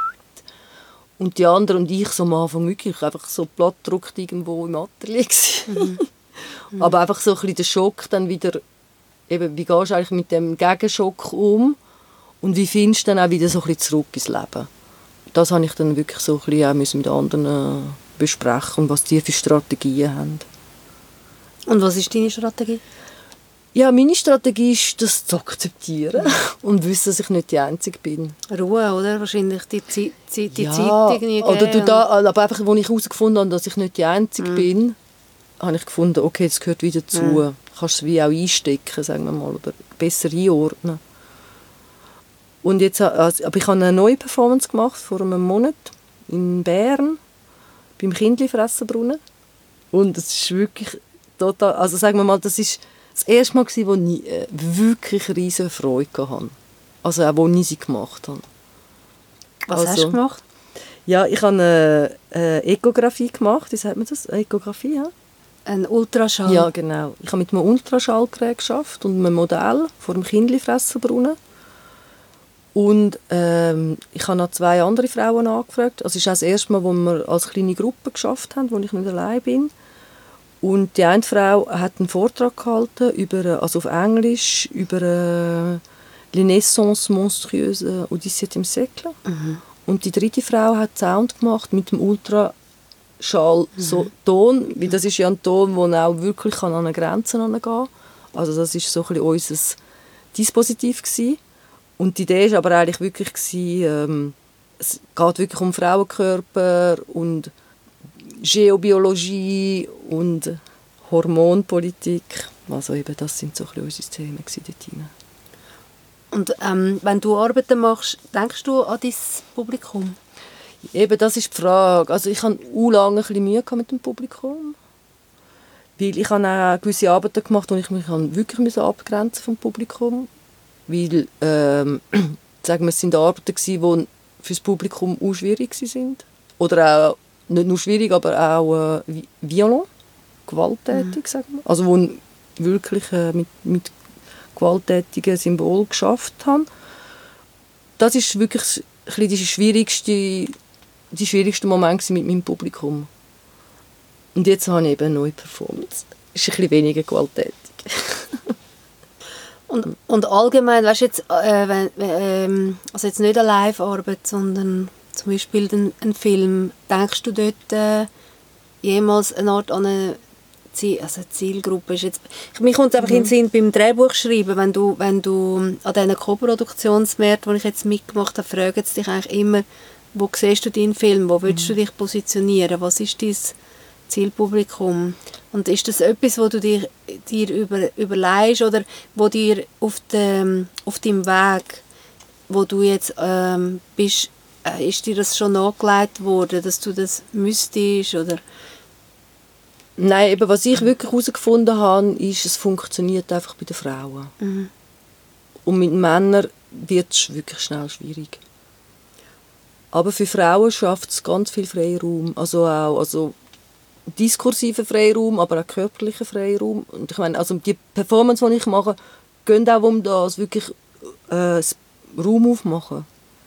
Und die anderen und ich so am Anfang wirklich einfach so plattgedruckt irgendwo im Atelier. Aber einfach so ein bisschen der Schock dann wieder, eben, wie gehst du eigentlich mit dem Gegenschock um und wie findest du dann auch wieder so ein bisschen zurück ins Leben. Das habe ich dann wirklich so ein bisschen auch mit anderen besprechen und was die für Strategien haben. Und was ist deine Strategie? Ja, meine Strategie ist, das zu akzeptieren und wissen, dass ich nicht die Einzige bin. Ruhe, oder? Wahrscheinlich die Zeit irgendwie oder geben. aber einfach, als ich herausgefunden habe, dass ich nicht die Einzige bin, habe ich gefunden, okay, das gehört wieder zu. Du kannst es wie auch einstecken, sagen wir mal, oder besser einordnen. Und jetzt, aber ich habe eine neue Performance gemacht vor einem Monat in Bern beim Kindli-Fressenbrunnen. Und es ist wirklich total, also sagen wir mal, das ist das erste Mal, wo ich wirklich riesige Freude hatte. Also auch, als ich sie gemacht habe. Was hast du gemacht? Ja, ich habe eine Ekografie gemacht. Wie sagt man das? Eine Ekografie, ja? Ein Ultraschall? Ja, genau. Ich habe mit einem Ultraschallgerät geschafft und einem Modell vor dem Kindli-Fressenbrunnen. Und ich habe noch 2 andere Frauen angefragt. Also es ist auch das erste Mal, wo wir als kleine Gruppe geschafft haben, wo ich nicht allein bin. Und die eine Frau hat einen Vortrag gehalten, also auf Englisch, über «Les naissances monstrueuses au XVIIe siècle». Und die dritte Frau hat Sound gemacht mit dem Ultraschall, so Ton, weil das ist ja ein Ton, der auch wirklich an eine Grenze herangehen kann. Also das war so ein bisschen unser Dispositiv gewesen. Und die Idee war aber eigentlich wirklich, es geht wirklich um Frauenkörper und Geobiologie und Hormonpolitik. Also eben, das sind so ein bisschen unsere Themen dort rein. Und wenn du Arbeiten machst, denkst du an dein Publikum? Eben, das ist die Frage. Also ich hatte lange ein bisschen Mühe mit dem Publikum. Weil ich habe auch gewisse Arbeiten gemacht, wo ich mich wirklich abgrenzen vom Publikum. Weil, sagen wir, es sind Arbeiten, die für das Publikum auch schwierig waren. Oder auch, nicht nur schwierig, aber auch violent, gewalttätig, sagen wir. Also wo wirklich mit gewalttätigen Symbolen geschafft haben. Das ist wirklich ein bisschen die schwierigste Moment mit meinem Publikum. Und jetzt habe ich eben eine neue Performance. Ist ein bisschen weniger gewalttätig. Und allgemein, weißt du jetzt, also jetzt nicht eine Live-Arbeit, sondern zum Beispiel einen Film, denkst du dort jemals eine Art an eine Zielgruppe ist jetzt, mir kommt es einfach in den Sinn beim Drehbuchschreiben, wenn du an diesen Co-Produktionsmärkten, die ich jetzt mitgemacht habe, fragen sie dich eigentlich immer, wo siehst du deinen Film, wo willst du dich positionieren, was ist dein Zielpublikum? Und ist das etwas, wo du dir überlegst oder wo dir auf deinem Weg, wo du jetzt bist, ist dir das schon nahegelegt worden, dass du das müsstest, oder? Nein, eben, was ich wirklich herausgefunden habe, ist, es funktioniert einfach bei den Frauen. Und mit Männern wird es wirklich schnell schwierig. Aber für Frauen schafft es ganz viel Freiraum, also diskursiven Freiraum, aber auch körperlichen Freiraum. Und ich meine, also die Performance, die ich mache, geht auch um das, wirklich Raum aufmachen.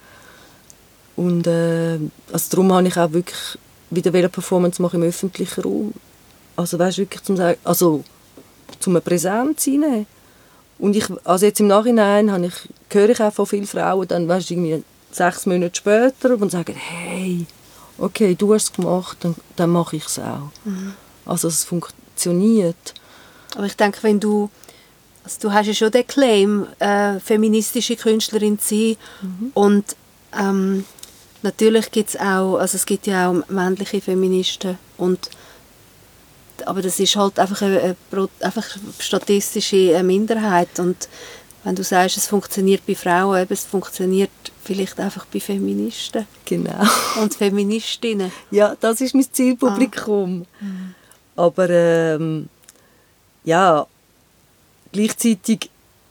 Und also darum habe ich auch wirklich wieder eine Performance machen im öffentlichen Raum. Also weißt, wirklich zum eine Präsenz reinnehmen. Und also jetzt im Nachhinein höre ich auch von vielen Frauen, dann weißt, irgendwie 6 Monate später und sagen, hey, okay, du hast es gemacht, dann mache ich es auch. Also es funktioniert. Aber ich denke, wenn du hast ja schon den Claim, feministische Künstlerin zu sein. Und natürlich gibt es auch, also es gibt ja auch männliche Feministen. Aber das ist halt einfach eine statistische Minderheit. Und wenn du sagst, es funktioniert bei Frauen, eben, es funktioniert vielleicht einfach bei Feministen. Genau. Und Feministinnen. Ja, das ist mein Zielpublikum. Aber ja, gleichzeitig,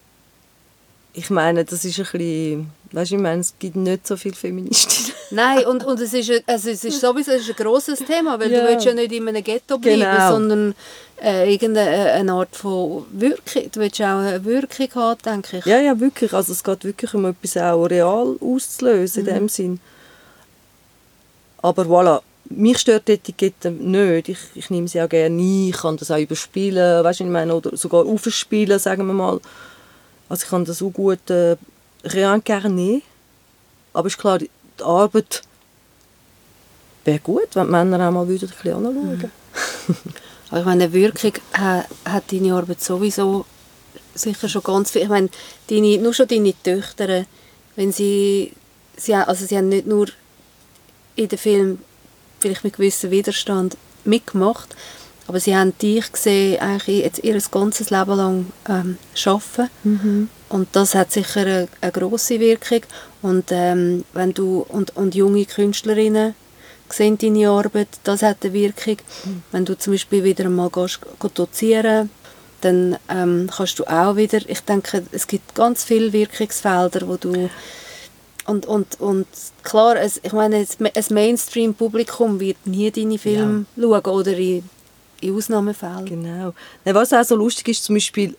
ich meine, das ist ein bisschen, weißt du, ich meine, es gibt nicht so viele Feministinnen. Nein, und es ist sowieso ein grosses Thema, weil du willst ja nicht in einem Ghetto bleiben, sondern irgendeine Art von Wirkung. Du willst auch eine Wirkung haben, denke ich. Ja, wirklich. Also es geht wirklich um etwas auch real auszulösen, in dem Sinn. Aber voilà, mich stört die Etikette nicht. Ich nehme sie auch gerne ein, ich kann das auch überspielen, weißt du, ich meine, oder sogar aufspielen, sagen wir mal. Also ich kann das auch gut reincarner. Aber ist klar, die Arbeit wäre gut, wenn die Männer auch mal ein bisschen anschauen. Aber ich meine, eine Wirkung hat deine Arbeit sowieso sicher schon ganz viel. Ich meine, nur schon deine Töchter, wenn sie haben nicht nur in dem Film vielleicht mit gewissem Widerstand mitgemacht, aber sie haben dich gesehen, eigentlich jetzt ihr ganzes Leben lang arbeiten. Mhm. Und das hat sicher eine grosse Wirkung. Und wenn du und junge Künstlerinnen sehen deine Arbeit, das hat eine Wirkung. Wenn du zum Beispiel wieder einmal gehst dozieren, dann kannst du auch wieder, ich denke, es gibt ganz viele Wirkungsfelder, wo du und klar, ich meine, ein Mainstream-Publikum wird nie deine Filme schauen oder in Ausnahmefällen. Genau. Was auch so lustig ist, zum Beispiel,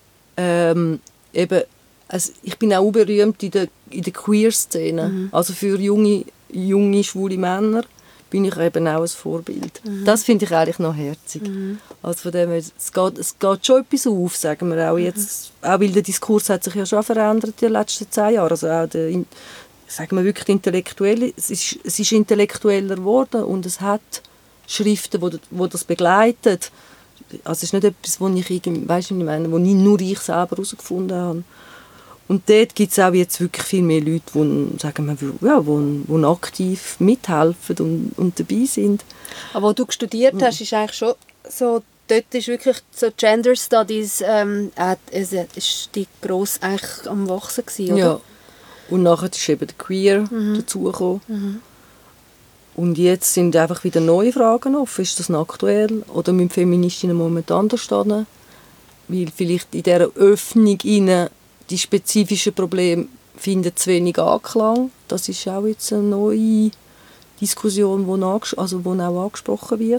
eben, also ich bin auch berühmt in der Queer-Szene. Mhm. Also für junge schwule Männer bin ich eben auch ein Vorbild. Mhm. Das finde ich eigentlich noch herzig. Mhm. Also von dem her, es geht schon etwas auf, sagen wir auch jetzt. Auch weil der Diskurs hat sich ja schon verändert in den letzten 10 Jahren. Also auch sagen wir wirklich intellektuell, es ist intellektueller geworden und es hat Schriften, die das begleiten. Also es ist nicht etwas, wo nur ich selber herausgefunden habe. Und dort gibt es auch jetzt wirklich viel mehr Leute, die, sagen wir, wo aktiv mithelfen und dabei sind. Aber wo du studiert hast, ist eigentlich schon so, dort ist wirklich so Gender Studies, ist die gross eigentlich am Wachsen gewesen, oder? Ja. Und nachher ist eben der Queer dazugekommen. Mhm. Und jetzt sind einfach wieder neue Fragen offen. Ist das noch aktuell? Oder müssen Feministinnen momentan anders stehen? Weil vielleicht in dieser Öffnung rein die spezifischen Probleme finden zu wenig Anklang. Das ist auch jetzt eine neue Diskussion, die auch angesprochen wird.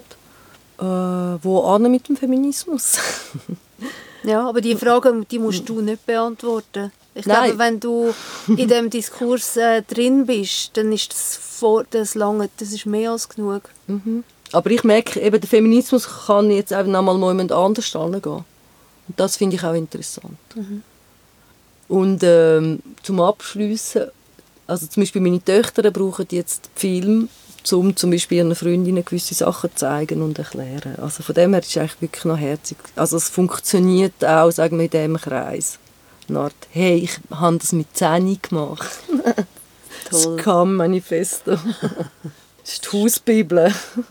Wo an mit dem Feminismus? Ja, aber die Frage, die musst du nicht beantworten. Ich glaube, wenn du in diesem Diskurs drin bist, dann ist das lange, das ist mehr als genug. Mhm. Aber ich merke, eben, der Feminismus kann jetzt auch noch mal jemand anders angehen. Und das finde ich auch interessant. Mhm. Und zum Abschliessen, also zum Beispiel meine Töchter brauchen jetzt Film, um zum Beispiel ihren Freundinnen gewisse Sachen zu zeigen und erklären. Also von dem her ist es eigentlich wirklich noch herzig. Also es funktioniert auch, sagen wir, in diesem Kreis. Eine Art, hey, ich habe das mit 10 gemacht. Das Come-Manifesto. Das ist die Hausbibel.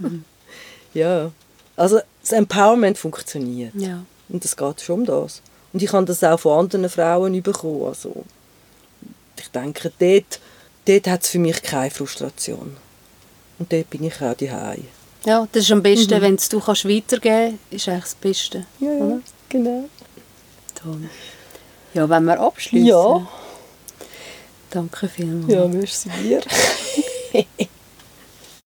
Ja. Also das Empowerment funktioniert. Ja. Und es geht schon um das. Und ich habe das auch von anderen Frauen bekommen. Also, ich denke, dort hat es für mich keine Frustration. Und dort bin ich auch daheim. Ja, das ist am besten, wenn du weitergeben kannst, ist eigentlich das Beste. Ja, oder? Genau. Toll. Ja, wenn wir abschließen. Ja. Danke vielmals. Ja, merci dir.